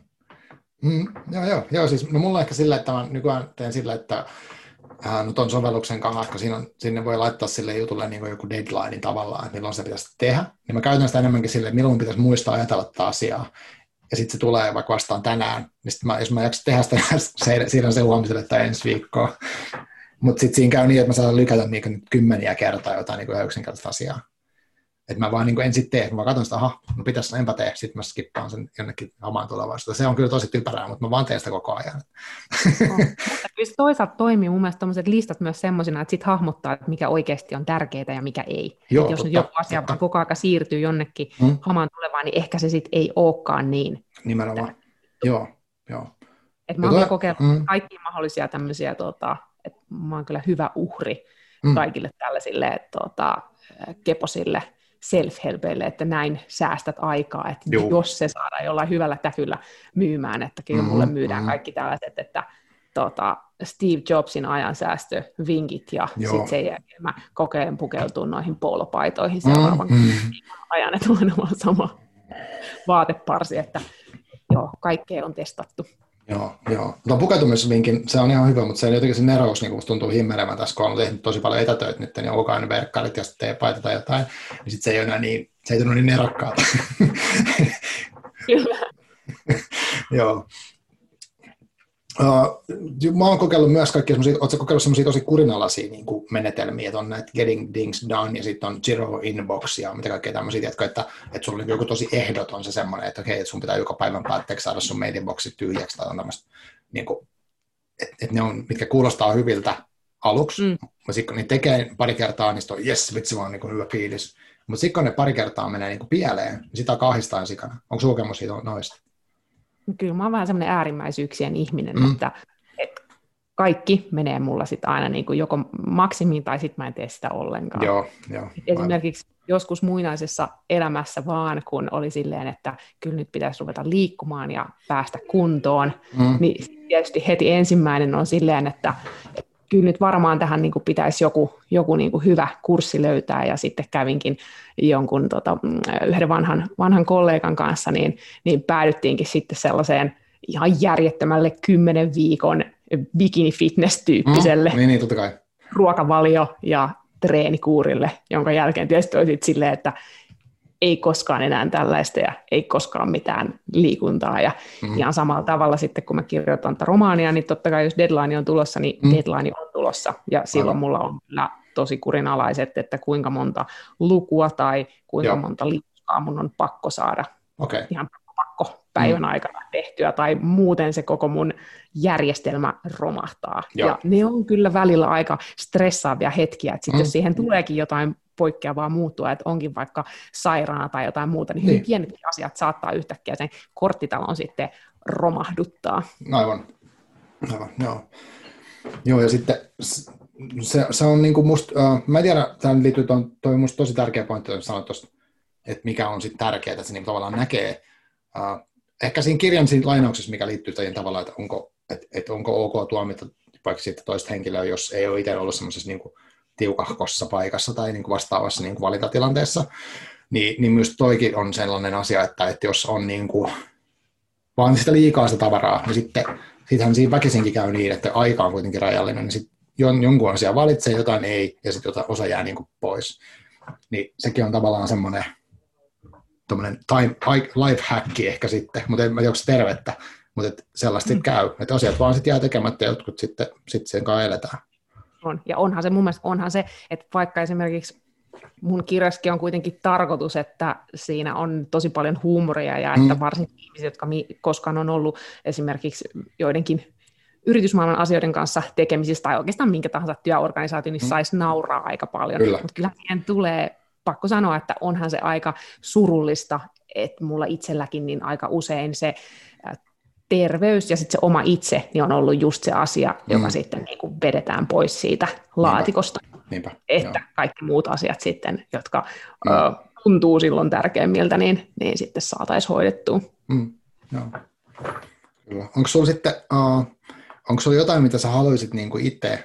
[SPEAKER 1] Mm, joo, joo, joo, siis no mulla on ehkä sillä, että mä nykyään teen sillä, että Äh, no ton sovelluksen kanssa, kun siinä on, sinne voi laittaa sille jutulle niin kuin joku deadline tavallaan, että milloin se pitäisi tehdä, niin mä käytän sitä enemmänkin silleen, milloin pitäisi muistaa ajatella tätä asiaa, ja sitten se tulee vaikka vastaan tänään, niin mä, jos mä jaksan tehdä sitä, siirrän sen huomiselle tai ensi viikkoa, mutta sitten siinä käy niin, että mä saan lykätä niin nyt kymmeniä kertaa jotain niin kuin yksinkertaista asiaa. Että mä vaan niin kuin en sitten tee, että mä katson sitä, aha, no pitäisi, enpä tee, sitten mä skippaan sen jonnekin omaan tulevaisuuteen. Se on kyllä tosi typerää, mutta mä vaan teen sitä koko ajan.
[SPEAKER 2] No, kyllä se toisaalta toimii mun mielestä tommoset listat myös semmoisina, että sit hahmottaa, että mikä oikeasti on tärkeää ja mikä ei. Joo, jos totta, joku asia totta. koko ajan siirtyy jonnekin hmm. hamaan tulevaan, niin ehkä se sitten ei olekaan niin.
[SPEAKER 1] Nimenomaan, tärkeää. joo, joo.
[SPEAKER 2] Että mä oon kokeillut mm. kaikkia mahdollisia tämmöisiä, tota, että mä oon kyllä hyvä uhri mm. kaikille tällaisille, että tota, keposille self-helpeille, että näin säästät aikaa, että
[SPEAKER 1] Juu.
[SPEAKER 2] jos se saadaan jollain hyvällä täkyllä myymään, että kyllä mulle myydään mm-hmm. kaikki tällaiset, että tota, Steve Jobsin ajansäästö, vinkit ja sitten sen jälkeen mä kokeilen pukeutua noihin poolopaitoihin seuraavan mm-hmm. ajan, että on vaan sama vaateparsi, että joo, kaikkea on testattu.
[SPEAKER 1] Joo, joo. Tuon pukeutumisvinkin, se on ihan hyvä, mutta se on jotenkin se nerous, niin musta tuntuu himmelevän tässä, kun on tehnyt tosi paljon etätöitä nyt, niin onko aina verkkarit ja sitten teepaita tai jotain, niin sitten se ei ole enää niin, se ei tunnu niin nerokkaalta.
[SPEAKER 2] Kyllä.
[SPEAKER 1] Joo. Uh, mä oon kokeillut myös kaikkia semmoisia, ootko kokeillut semmoisia tosi kurinalaisia niin kuin menetelmiä, että on näitä Getting Things Done ja sitten on Zero Inbox ja mitä kaikkea tämmöisiä, tiedätkö, että, että sulla on joku tosi ehdoton se semmoinen, että okei, että sun pitää joka päivän päätteeksi saada sun mailboxit tyhjäksi tai on tämmöistä, niin kuin, että, että ne on, mitkä kuulostaa hyviltä aluksi, mm. mutta sitten kun ne tekee pari kertaa, niin sitten on jes, vitsi vaan niin kuin hyvä fiilis, mutta sitten kun ne pari kertaa menee niin kuin pieleen, niin sitä kahdistaan sikana. Onko sulla kokemus siitä noista?
[SPEAKER 2] Kyllä mä oon vähän semmoinen äärimmäisyyksien ihminen, mm. että, että kaikki menee mulla sitten aina niin kuin joko maksimiin tai sitten mä en tee sitä ollenkaan.
[SPEAKER 1] Joo, jo,
[SPEAKER 2] esimerkiksi joskus muinaisessa elämässä vaan, kun oli silleen, että kyllä nyt pitäisi ruveta liikkumaan ja päästä kuntoon, mm. niin tietysti heti ensimmäinen on silleen, että, että kyllä nyt varmaan tähän niin kuin pitäisi joku, joku niin kuin hyvä kurssi löytää, ja sitten kävinkin jonkun tota, yhden vanhan, vanhan kollegan kanssa, niin, niin päädyttiinkin sitten sellaiseen ihan järjettömälle kymmenen viikon bikini-fitness-tyyppiselle
[SPEAKER 1] mm, niin, niin, totta kai.
[SPEAKER 2] ruokavalio- ja treenikuurille, jonka jälkeen tietysti oli sitten silleen, että ei koskaan enää tällaista ja ei koskaan mitään liikuntaa. Ja mm. ihan samalla tavalla sitten, kun mä kirjoitan tätä romaania, niin totta kai jos deadline on tulossa, niin mm. deadline on tulossa. Ja silloin Aivan. mulla on kyllä tosi kurinalaiset, että kuinka monta lukua tai kuinka Joo. monta liikkaa mun on pakko saada
[SPEAKER 1] okay.
[SPEAKER 2] ihan pakko päivän mm. aikana tehtyä, tai muuten se koko mun järjestelmä romahtaa. Joo. Ja ne on kyllä välillä aika stressaavia hetkiä, että sitten mm. jos siihen tuleekin jotain poikkeavaa muuttua, että onkin vaikka sairaana tai jotain muuta, niin, niin. hyvin pienetkin asiat saattaa yhtäkkiä sen korttitalon sitten romahduttaa.
[SPEAKER 1] Aivan, aivan, joo. Joo, ja sitten se, se on niin kuin musta, uh, mä en tiedä, tähän liittyy, toi, toi musta tosi tärkeä pointti, että sanoit tuosta, että mikä on sitten tärkeää, että se niin tavallaan näkee, uh, ehkä siinä kirjan siinä lainauksessa, mikä liittyy siihen tavallaan, että onko, et, et onko ok tuomita vaikka sitten toista henkilöä, jos ei ole itse ollut semmoisessa niin kuin tiukahkossa paikassa tai niin kuin vastaavassa niin kuin valintatilanteessa, niin, niin myös toikin on sellainen asia, että, että jos on niin kuin vaan sitä liikaa sitä tavaraa, niin sitten sittenhän siinä väkisinkin käy niin, että aika on kuitenkin rajallinen, niin sitten jonkun asian valitsee, jotain ei, ja sitten osa jää niin kuin pois. Niin sekin on tavallaan semmoinen time, life hacki ehkä sitten, mutta en mä tiedä, onko se tervettä, mutta et sellaista sitten käy, että asiat vaan sitten jää tekemättä ja jotkut sitten, sitten sen kanssa eletään.
[SPEAKER 2] On. Ja onhan se mun mielestä, onhan se, että vaikka esimerkiksi mun kirjaskin on kuitenkin tarkoitus, että siinä on tosi paljon huumoria ja että varsinkin ihmiset, jotka koskaan on ollut esimerkiksi joidenkin yritysmaailman asioiden kanssa tekemisissä tai oikeastaan minkä tahansa työorganisaatio, niin saisi nauraa aika paljon.
[SPEAKER 1] Kyllä.
[SPEAKER 2] Mutta kyllä siihen tulee, pakko sanoa, että onhan se aika surullista, että mulla itselläkin niin aika usein se terveys ja sitten se oma itse niin on ollut just se asia, joka mm. sitten niin kuin vedetään pois siitä laatikosta.
[SPEAKER 1] Niinpä.
[SPEAKER 2] Että
[SPEAKER 1] Joo.
[SPEAKER 2] kaikki muut asiat sitten, jotka mm. ö, tuntuu silloin tärkeimmiltä, niin, niin sitten saataisiin hoidettua.
[SPEAKER 1] Mm. Joo. Kyllä. Onko sulla sitten, uh, onko sulla jotain, mitä sä haluaisit niin kuin itse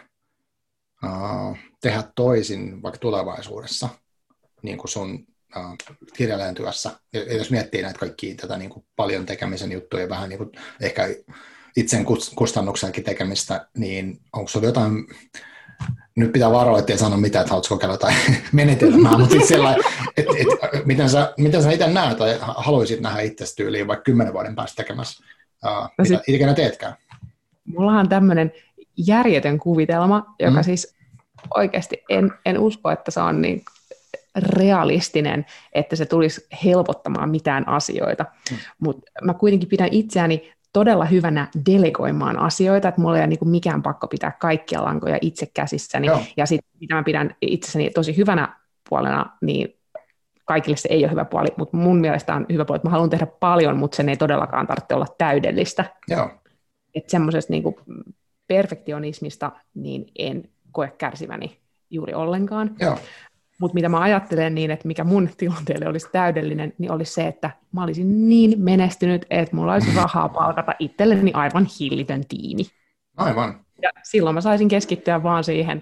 [SPEAKER 1] uh, tehdä toisin vaikka tulevaisuudessa niin kuin sun uh, kirjailijan työssä? Ja jos miettii näitä kaikkia tätä niin kuin paljon tekemisen juttuja, vähän niin kuin ehkä itsen kustannuksellakin tekemistä, niin onko sulla jotain, nyt pitää varoa, ettei sano mitään, että haluatko kokeilla jotain menetelmää, mutta siis sellainen, että et, miten sä, miten sä itse näet tai haluaisit nähdä itsestä tyyliin vaikka kymmenen vuoden päästä tekemässä, uh, mitä sit, ikinä teetkään?
[SPEAKER 2] Mulla on tämmöinen järjetön kuvitelma, joka mm. siis oikeasti en, en usko, että se on niin realistinen, että se tulisi helpottamaan mitään asioita, mm. mutta mä kuitenkin pidän itseäni todella hyvänä delegoimaan asioita, että mulla ei ole niin kuin mikään pakko pitää kaikkia lankoja itse käsissäni, Joo. ja sitten mitä mä pidän itsessäni tosi hyvänä puolena, niin kaikille se ei ole hyvä puoli, mutta mun mielestä on hyvä puoli, että mä haluan tehdä paljon, mutta sen ei todellakaan tarvitse olla täydellistä.
[SPEAKER 1] Joo.
[SPEAKER 2] Että semmoisesta niin kuin perfektionismista niin en koe kärsiväni juuri ollenkaan.
[SPEAKER 1] Joo.
[SPEAKER 2] Mutta mitä mä ajattelen niin, että mikä mun tilanteelle olisi täydellinen, niin olisi se, että mä olisin niin menestynyt, että mulla olisi rahaa palkata itselleni aivan hillitön tiimi.
[SPEAKER 1] Aivan.
[SPEAKER 2] Ja silloin mä saisin keskittyä vaan siihen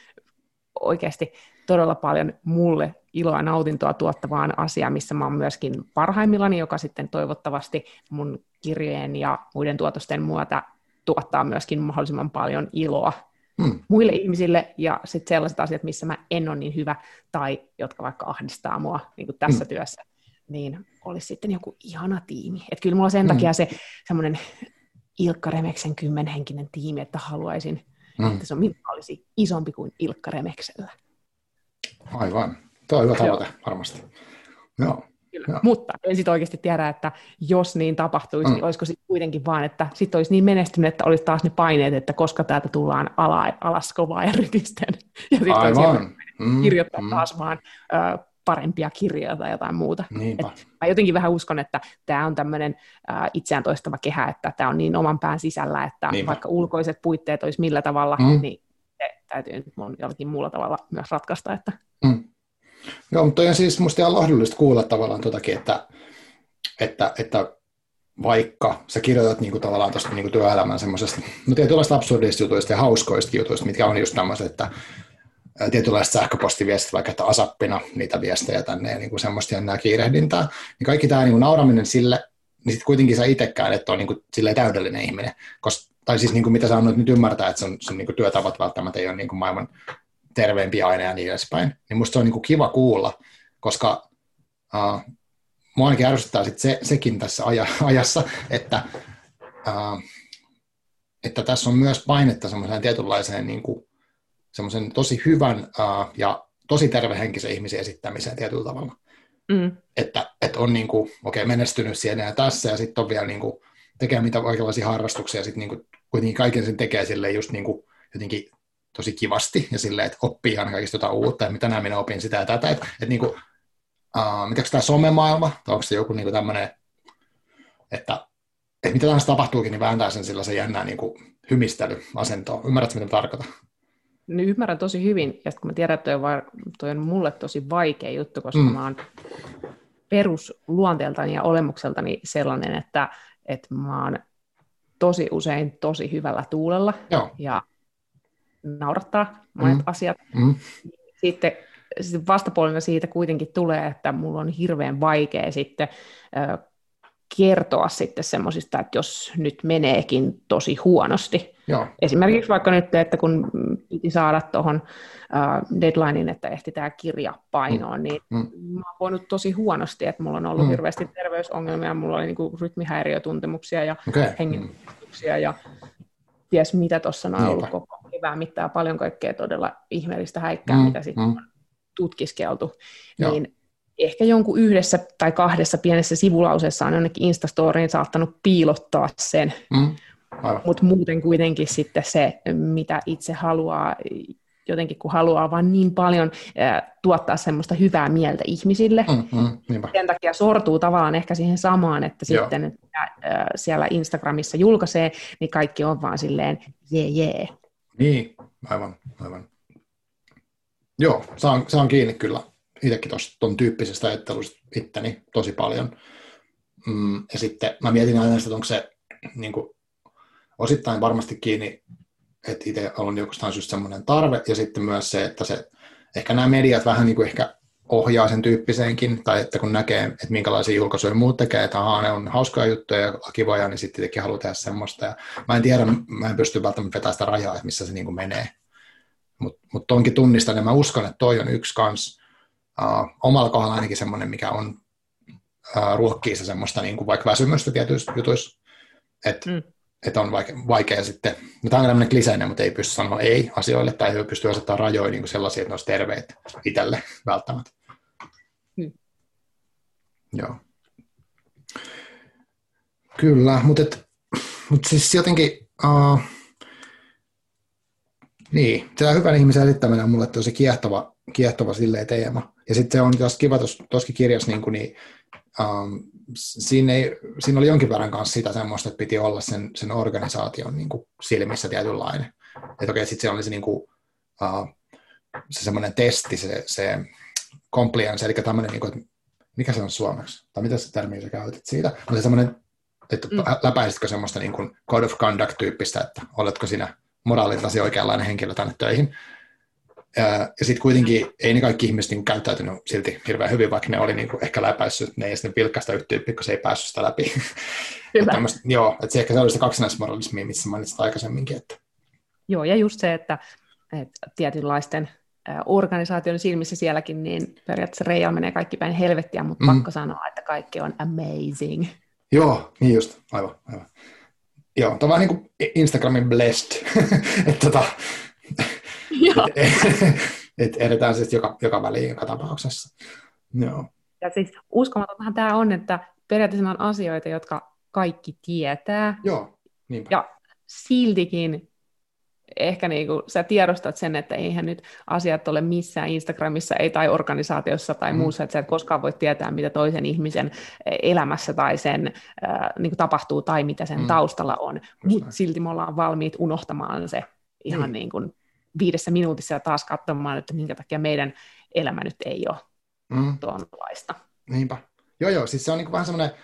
[SPEAKER 2] oikeasti todella paljon mulle iloa ja nautintoa tuottavaan asiaan, missä mä oon myöskin parhaimmillani, joka sitten toivottavasti mun kirjojen ja muiden tuotosten muuta tuottaa myöskin mahdollisimman paljon iloa hmm. muille ihmisille, ja sitten sellaiset asiat, missä mä en ole niin hyvä, tai jotka vaikka ahdistaa mua niin kuin tässä hmm. työssä, niin olisi sitten joku ihana tiimi. Että kyllä mulla on sen hmm. takia se semmoinen Ilkka Remeksen kymmenhenkinen tiimi, että haluaisin, hmm. että se on minulla olisi isompi kuin Ilkka Remeksellä.
[SPEAKER 1] Aivan. Tuo on hyvä tavoite varmasti. Joo.
[SPEAKER 2] Joo. Mutta en sitten oikeasti tiedä, että jos niin tapahtuisi, mm. niin olisiko sitten kuitenkin vaan, että sitten olisi niin menestynyt, että olisi taas ne paineet, että koska täältä tullaan ala, alas kovaa ja rytisten. Ja sitten olisi mm. kirjoittaa mm. taas vaan ö, parempia kirjoja tai jotain muuta. Mä jotenkin vähän uskon, että tämä on tämmöinen äh, itseään toistava kehä, että tämä on niin oman pään sisällä, että Niinpä. Vaikka ulkoiset puitteet olisi millä tavalla, mm. niin se täytyy nyt mun jollakin muulla tavalla myös ratkaista. Että...
[SPEAKER 1] Mm. Joo, mutta on siis musta ihan lohdullista kuulla tavallaan totakin, että, että, että vaikka sä kirjoitat niinku tavallaan tuosta niinku työelämän semmoisesta, no tietynlaista absurdista jutuista ja hauskoista jutuista, mitkä on just tämmöiset, että tietynlaiset sähköpostiviestit, vaikka että asappina niitä viestejä tänne ja niinku semmoista jännää kiirehdintää, niin kaikki tämä niinku nauraminen sille, niin sitten kuitenkin sä itsekään, että on niinku silleen täydellinen ihminen, koska, tai siis niinku mitä sä annat nyt ymmärtää, että sun, sun niinku työtavat välttämättä ei ole niinku maailman terveempiä aineja ja niin edespäin, niin musta se on niinku kiva kuulla, koska uh, mua ainakin ärsyttää sit se, sekin tässä aja, ajassa, että, uh, että tässä on myös painetta semmoiseen tietynlaiseen niinku, semmoisen tosi hyvän uh, ja tosi tervehenkisen ihmisen esittämiseen tietyllä tavalla. Mm. Että, että on niinku, okay, menestynyt siinä ja tässä ja sitten on vielä niinku, tekee mitä oikeanlaisia harrastuksia ja sitten niinku, kuitenkin kaiken sen tekee silleen just niinku, jotenkin tosi kivasti ja silleen, että oppii aina kaikista jotain uutta ja mitä tänään minä opin sitä ja tätä. Että, että niinku, uh, mitäkö tämä somemaailma, tai onko se joku niinku tämmöinen, että, että mitä tahansa tapahtuukin, niin vääntää sen sellaisen jännää niinku hymistelyasentoa. Ymmärrätkö, mitä tarkoitan?
[SPEAKER 2] Niin ymmärrän tosi hyvin, ja kun mä tiedän, että toi on, va- toi on mulle tosi vaikea juttu, koska mm. mä oon perusluonteeltani ja olemukseltani sellainen, että, että mä oon tosi usein tosi hyvällä tuulella. Joo. Ja naurattaa monet mm. asiat. Mm. Sitten, sitten vastapuolena siitä kuitenkin tulee, että mulla on hirveän vaikea sitten ö, kertoa sitten semmoisista, että jos nyt meneekin tosi huonosti. Joo. Esimerkiksi vaikka nyt, että kun piti saada tuohon uh, deadlinein, että ehti tämä kirja painoon, mm. niin mm. mä oon voinut tosi huonosti, että mulla on ollut mm. hirveästi terveysongelmia, mulla oli niinku rytmihäiriötuntemuksia ja okay. hengitystuksia mm. ja ties mitä tuossa on ollut koko kevään mittaan, paljon kaikkea todella ihmeellistä häikkää, mm. mitä sitten mm. on tutkiskeltu. Joo. Niin ehkä jonkun yhdessä tai kahdessa pienessä sivulauseessa on jonnekin Instastoriin saattanut piilottaa sen, mm. mutta muuten kuitenkin sitten se, mitä itse haluaa, jotenkin kun haluaa vaan niin paljon äh, tuottaa semmoista hyvää mieltä ihmisille, mm, mm, sen takia sortuu tavallaan ehkä siihen samaan, että Joo. sitten että, äh, siellä Instagramissa julkaisee, niin kaikki on vaan silleen jee jee.
[SPEAKER 1] Niin, aivan, aivan. Joo, saan, saan kiinni kyllä itsekin tuon tyyppisestä ajattelusta itteni tosi paljon. Mm, ja sitten mä mietin aina, että onko se niin kuin, osittain varmasti kiinni, että itse on jostain syystä semmoinen tarve, ja sitten myös se, että se, ehkä nämä mediat vähän niin kuin ehkä ohjaa sen tyyppiseenkin, tai että kun näkee, että minkälaisia julkaisuja muut tekee, että ahaa, ne on hauskoja juttuja ja kivoja, niin sitten itsekin haluaa tehdä semmoista. Ja mä en tiedä, mä en pysty välttämättä vetämään sitä rajaa, että missä se niin kuin menee. Mutta mut tonkin tunnistan, ja mä uskon, että toi on yksi kans, uh, omalla kohdalla ainakin semmoinen, mikä on uh, ruokkii se semmoista niin kuin vaikka väsymystä tietyissä jutuissa, että mm. että on vaikea, vaikea sitten, no tämä on tämmöinen kliseinen, mutta ei pysty sanoa ei asioille, tai ei pysty asettamaan rajoja niin kuin sellaisia, että ne olisi terveet itselle välttämättä. Hmm. Joo. Kyllä, mutta, et, mutta siis jotenkin, uh, niin, tämä hyvän ihmisen esittäminen on mulle tosi kiehtova, kiehtova silleen teema. Ja sitten se on taas kiva tuossakin kirjassa, niin, kuin, niin um, Siinä, ei, siinä oli jonkin verran kanssa sitä semmoista, että piti olla sen, sen organisaation niin kuin silmissä tietynlainen. Että okei, sitten se oli se, niin kuin, uh, se semmoinen testi, se, se compliance, eli tämmöinen, niin kuin, että mikä se on suomeksi, tai mitä se termiä sä käytit siitä, mutta se semmoinen, että mm. läpäisitkö semmoista niin kuin code of conduct-tyyppistä, että oletko sinä moraalintasi oikeanlainen henkilö tänne töihin. Ja sitten kuitenkin ei ne kaikki ihmiset niin käyttäytynyt silti hirveän hyvin, vaikka ne oli niin kuin ehkä läpäissyt, ne ei sitten pilkkaista yhtä tyyppiä, kun se ei päässyt sitä läpi. Että joo, että se ehkä se oli sitä kaksinaismoralismia, missä mainitsit aikaisemminkin. Että.
[SPEAKER 2] Joo, ja just se, että, että tietynlaisten organisaation silmissä sielläkin, niin periaatteessa Reijalla menee kaikki päin helvettiä, mutta mm. pakko sanoa, että kaikki on amazing.
[SPEAKER 1] Joo, niin just, aivan, aivan. Joo, tämä on vähän niin kuin Instagramin blessed, että tota, et, et edetään siis joka, joka väliin joka tapauksessa. Joo.
[SPEAKER 2] Ja siis uskomatontahan tämä on, että periaatteessa on asioita, jotka kaikki tietää.
[SPEAKER 1] Joo, niinpä.
[SPEAKER 2] Ja siltikin ehkä niin kuin sä tiedostat sen, että eihän nyt asiat ole missään Instagramissa ei, tai organisaatiossa tai mm. muussa, että sä et koskaan voi tietää, mitä toisen ihmisen elämässä tai sen äh, niin kuin tapahtuu tai mitä sen mm. taustalla on, mutta silti me ollaan valmiit unohtamaan se ihan mm. niin kuin viidessä minuutissa ja taas katsomaan, että minkä takia meidän elämä nyt ei ole mm. tuonlaista.
[SPEAKER 1] Niinpä. Joo, joo, siis se on niin kuin vähän semmoinen,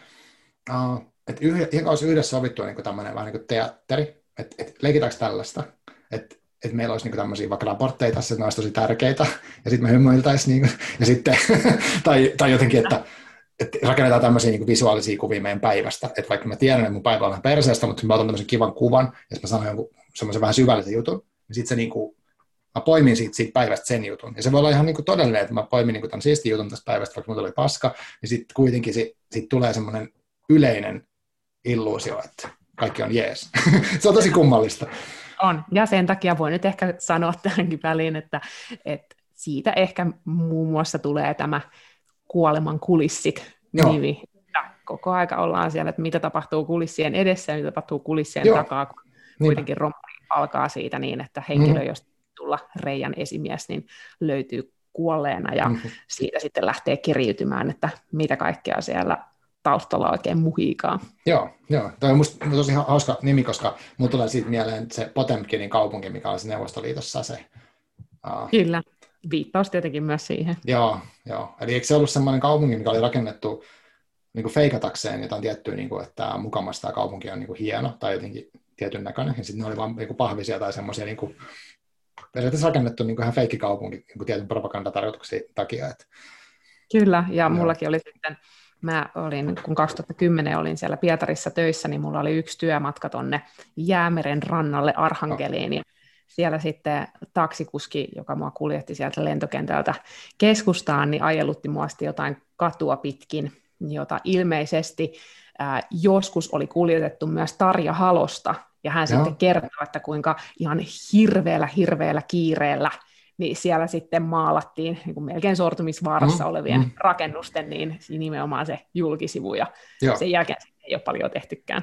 [SPEAKER 1] uh, että ihan olisi yhdessä sovittua niin kuin tämmöinen vähän niin kuin teatteri, että et, leikitäänkö tällaista, että et meillä olisi niin kuin tämmöisiä vaikka raportteja tässä, että ne olisi tosi tärkeitä, ja sitten me hymyiltäisiin, niin ja sitten, tai, tai jotenkin, että et rakennetaan tämmöisiä niin kuin visuaalisia kuvia meidän päivästä, että vaikka mä tiedän, että mun päivä on vähän perseestä, mutta mä otan tämmöisen kivan kuvan, ja sitten mä sanon jonkun semmoisen vähän syvällisen jutun, niin sitten se niin kuin mä poimin siitä, siitä päivästä sen jutun. Ja se voi olla ihan niin kuin todellinen, että mä poimin niin kuin tämän siistin jutun tästä päivästä, vaikka mulla oli paska, niin sitten kuitenkin siitä, siitä tulee semmoinen yleinen illuusio, että kaikki on jees. Se on tosi kummallista.
[SPEAKER 2] On, ja sen takia voin nyt ehkä sanoa tähänkin väliin, että, että siitä ehkä muun muassa tulee tämä kuoleman kulissit-nimi. Koko aika ollaan siellä, että mitä tapahtuu kulissien edessä ja mitä tapahtuu kulissien Joo. takaa, kun kuitenkin romaani alkaa siitä niin, että henkilö, mm. jos tulla Reijan esimies, niin löytyy kuolleena ja mm-hmm. siitä sitten lähtee kiriytymään, että mitä kaikkea siellä taustalla oikein muhiikaan.
[SPEAKER 1] Joo, joo. Toi on musta tosi hauska nimi, koska mulla tulee siitä mieleen se Potemkinin kaupunki, mikä oli Neuvostoliitossa se. Uh...
[SPEAKER 2] Kyllä, viittaus tietenkin myös siihen.
[SPEAKER 1] Joo, joo. Eli eikö se ollut semmoinen kaupunki, mikä oli rakennettu niin kuin feikatakseen jotain tiettyä, niin kuin, että mukamassa tämä kaupunki on niin kuin hieno tai jotenkin tietyn näköinen, ja sitten ne oli vaan niin kuin pahvisia tai semmoisia niin kuin periaatteessa rakennettu niin kuin ihan feikkikaupunki niin kuin tietyn propagandatarkoituksen takia. Että.
[SPEAKER 2] Kyllä, ja no. mullakin oli sitten, mä olin, kun kaksituhattakymmenen olin siellä Pietarissa töissä, niin mulla oli yksi työmatka tonne Jäämeren rannalle Arhangeliin, no. ja siellä sitten taksikuski, joka mua kuljetti sieltä lentokentältä keskustaan, niin ajelutti mua sitten jotain katua pitkin, jota ilmeisesti äh, joskus oli kuljetettu myös Tarja Halosta, ja hän Joo. sitten kertoi, että kuinka ihan hirveällä, hirveällä kiireellä niin siellä sitten maalattiin niin kuin melkein sortumisvaarassa mm, olevien mm. rakennusten, niin nimenomaan se julkisivu, ja Joo. sen jälkeen ei ole paljon tehtykään.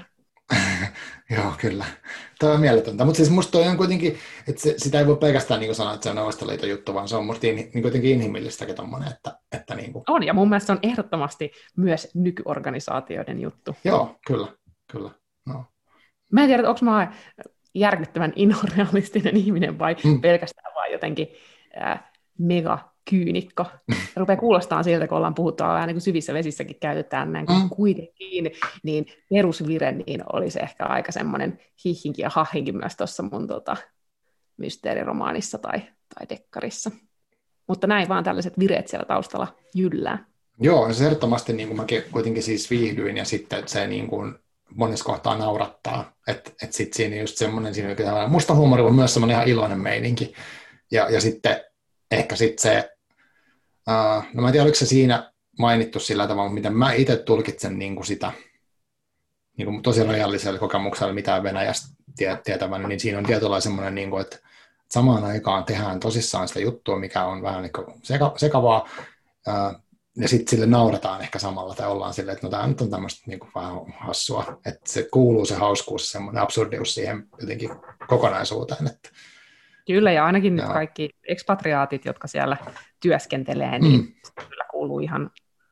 [SPEAKER 1] Joo, kyllä. Tämä on mieletöntä, mutta siis musta on kuitenkin, että se, sitä ei voi pelkästään niin kuin sanoa, että se on Neuvostoliiton juttu, vaan se on musta niin kuitenkin inhimillistäkin tommoinen, että, että niin kuin.
[SPEAKER 2] On, ja mun mielestä se on ehdottomasti myös nykyorganisaatioiden juttu.
[SPEAKER 1] Joo, kyllä, kyllä. No.
[SPEAKER 2] Mä en tiedä, onko mä järkyttävän inhorealistinen ihminen vai mm. pelkästään vaan jotenkin äh, megakyynikko. Rupeaa kuulostaa siltä, kun ollaan puhuttu vähän niin kuin syvissä vesissäkin käytetään näin mm. kuitenkin, niin perusvire niin olisi ehkä aika semmoinen hihinkin ja hahinkin myös tuossa mun tota, mysteeriromaanissa tai, tai dekkarissa. Mutta näin vaan tällaiset vireet siellä taustalla jyllää.
[SPEAKER 1] Joo, se ehdottomasti niin kuin mäkin kuitenkin siis viihdyin ja sitten että se niin kuin monessa kohtaa naurattaa, että et sitten siinä just semmoinen, siinä on musta huumori on myös semmoinen ihan iloinen meininki, ja, ja sitten ehkä sitten se, uh, no mä en tiedä, oliko se siinä mainittu sillä tavalla, miten mä itse tulkitsen niin kuin sitä, niin kuin tosi rajallisella kokemuksella mitään Venäjästä tietävän, niin siinä on tietynlainen semmoinen, niin kuin, että samaan aikaan tehdään tosissaan sitä juttua, mikä on vähän niin kuin seka, sekavaa, uh, ja sitten sille naurataan ehkä samalla, tai ollaan silleen, että no tämä nyt on tämmöistä niin kuin vähän hassua, että se kuuluu se hauskuus, semmoinen absurdius siihen jotenkin kokonaisuuteen. Että.
[SPEAKER 2] Kyllä, ja ainakin nyt kaikki ekspatriaatit, jotka siellä työskentelee, niin mm. kyllä kuuluu ihan,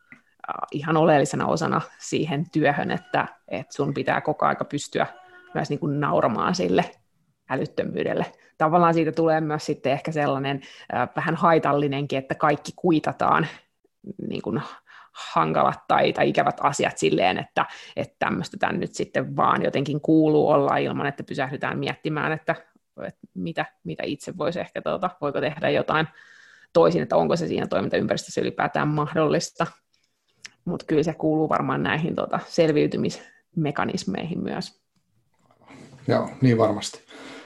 [SPEAKER 2] ihan oleellisena osana siihen työhön, että, että sun pitää koko aika pystyä myös niin kuin nauramaan sille älyttömyydelle. Tavallaan siitä tulee myös sitten ehkä sellainen äh, vähän haitallinenkin, että kaikki kuitataan niin kuin hankalat tai, tai ikävät asiat silleen, että, että tämmöistä tämän nyt sitten vaan jotenkin kuuluu olla ilman, että pysähdytään miettimään, että, että mitä, mitä itse voisi ehkä, tuota, voiko tehdä jotain toisin, että onko se siinä toimintaympäristössä ylipäätään mahdollista. Mutta kyllä se kuuluu varmaan näihin tuota, selviytymismekanismeihin myös.
[SPEAKER 1] Joo, niin varmasti.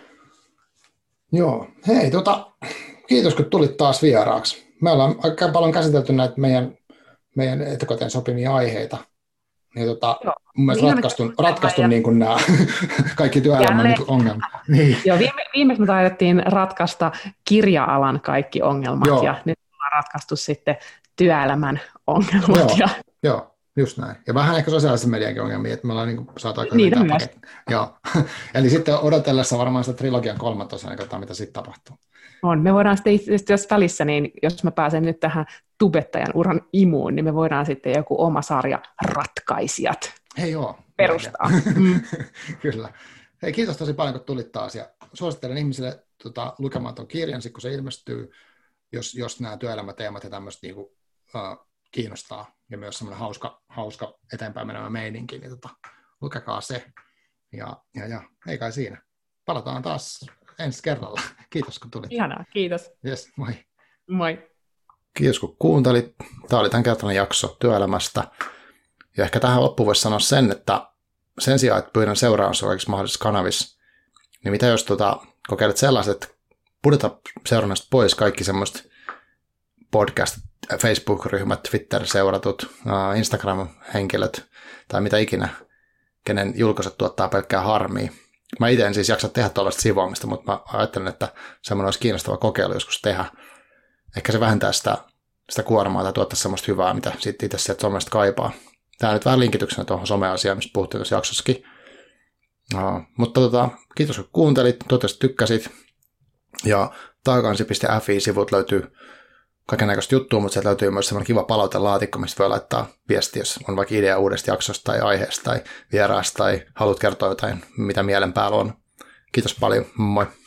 [SPEAKER 1] Joo, hei, tota, kiitos kun tulit taas vieraaksi. Me ollaan aika paljon käsitelty näitä meidän, meidän etukäteen sopimia aiheita. Niin tota, joo, mun mielestä ratkaistu, ratkaistu niin kuin nämä kaikki työelämän niin ongelmat. Niin.
[SPEAKER 2] Joo, viime, viimeksi me taidettiin ratkaista kirja-alan kaikki ongelmat, joo. Ja nyt ollaan ratkaistu sitten työelämän ongelmat.
[SPEAKER 1] Joo,
[SPEAKER 2] ja...
[SPEAKER 1] joo, just näin. Ja vähän ehkä sosiaalisen mediankin ongelmia, että me ollaan niin saatu aika hyvin tämä paketti. Joo. Eli sitten odotellessa varmaan sitä trilogian kolmatta osaa, niin katsotaan, mitä sitten tapahtuu.
[SPEAKER 2] On. Me voidaan sitten itse asiassa välissä, niin jos mä pääsen nyt tähän tubettajan uran imuun, niin me voidaan sitten joku oma sarja Ratkaisijat
[SPEAKER 1] Hei joo.
[SPEAKER 2] perustaa. Mm.
[SPEAKER 1] Kyllä. Hei, kiitos tosi paljon, kun tulit taas. Ja suosittelen ihmisille tota, lukemaan tuon kirjan, kun se ilmestyy, jos, jos nämä työelämäteemat ja tämmöistä niin kuin, uh, kiinnostaa, ja myös semmoinen hauska, hauska eteenpäin menevä meininki, niin tota, lukekaa se. Ja, ja, ja ei kai siinä. Palataan taas ensi kerralla. Kiitos, kun tulit.
[SPEAKER 2] Ihanaa, kiitos.
[SPEAKER 1] Yes, moi.
[SPEAKER 2] Moi.
[SPEAKER 1] Kiitos, kun kuuntelit. Tämä oli tämänkertainen jakso työelämästä. Ja ehkä tähän loppuun voisi sanoa sen, että sen sijaan, että pyydän seuraamassa kaikissa mahdollisissa kanavissa, niin mitä jos tota, kokeilet sellaiset, että pudota seurannasta pois kaikki semmoiset podcast, Facebook-ryhmät, Twitter-seuratut, Instagram-henkilöt tai mitä ikinä, kenen julkaiset tuottaa pelkkää harmia. Mä itse en siis jaksa tehdä tuollaista sivuamista, mutta mä ajattelen, että semmoinen olisi kiinnostava kokeilu joskus tehdä. Ehkä se vähentää sitä, sitä kuormaa tai tuottaa semmoista hyvää, mitä sitten itse sieltä somesta kaipaa. Tämä on nyt vähän linkityksenä tuohon someasiaan, mistä puhuttiin tuossa jaksossakin. Uh, mutta tota, kiitos kun kuuntelit, toivottavasti tykkäsit. Ja taakansi piste f i-sivut löytyy kaikennäköistä juttua, mutta sieltä löytyy myös semmoinen kiva palautelaatikko, mistä voi laittaa viestiä, jos on vaikka idea uudesta jaksosta tai aiheesta tai vieraasta tai haluat kertoa jotain, mitä mielen päällä on. Kiitos paljon, moi!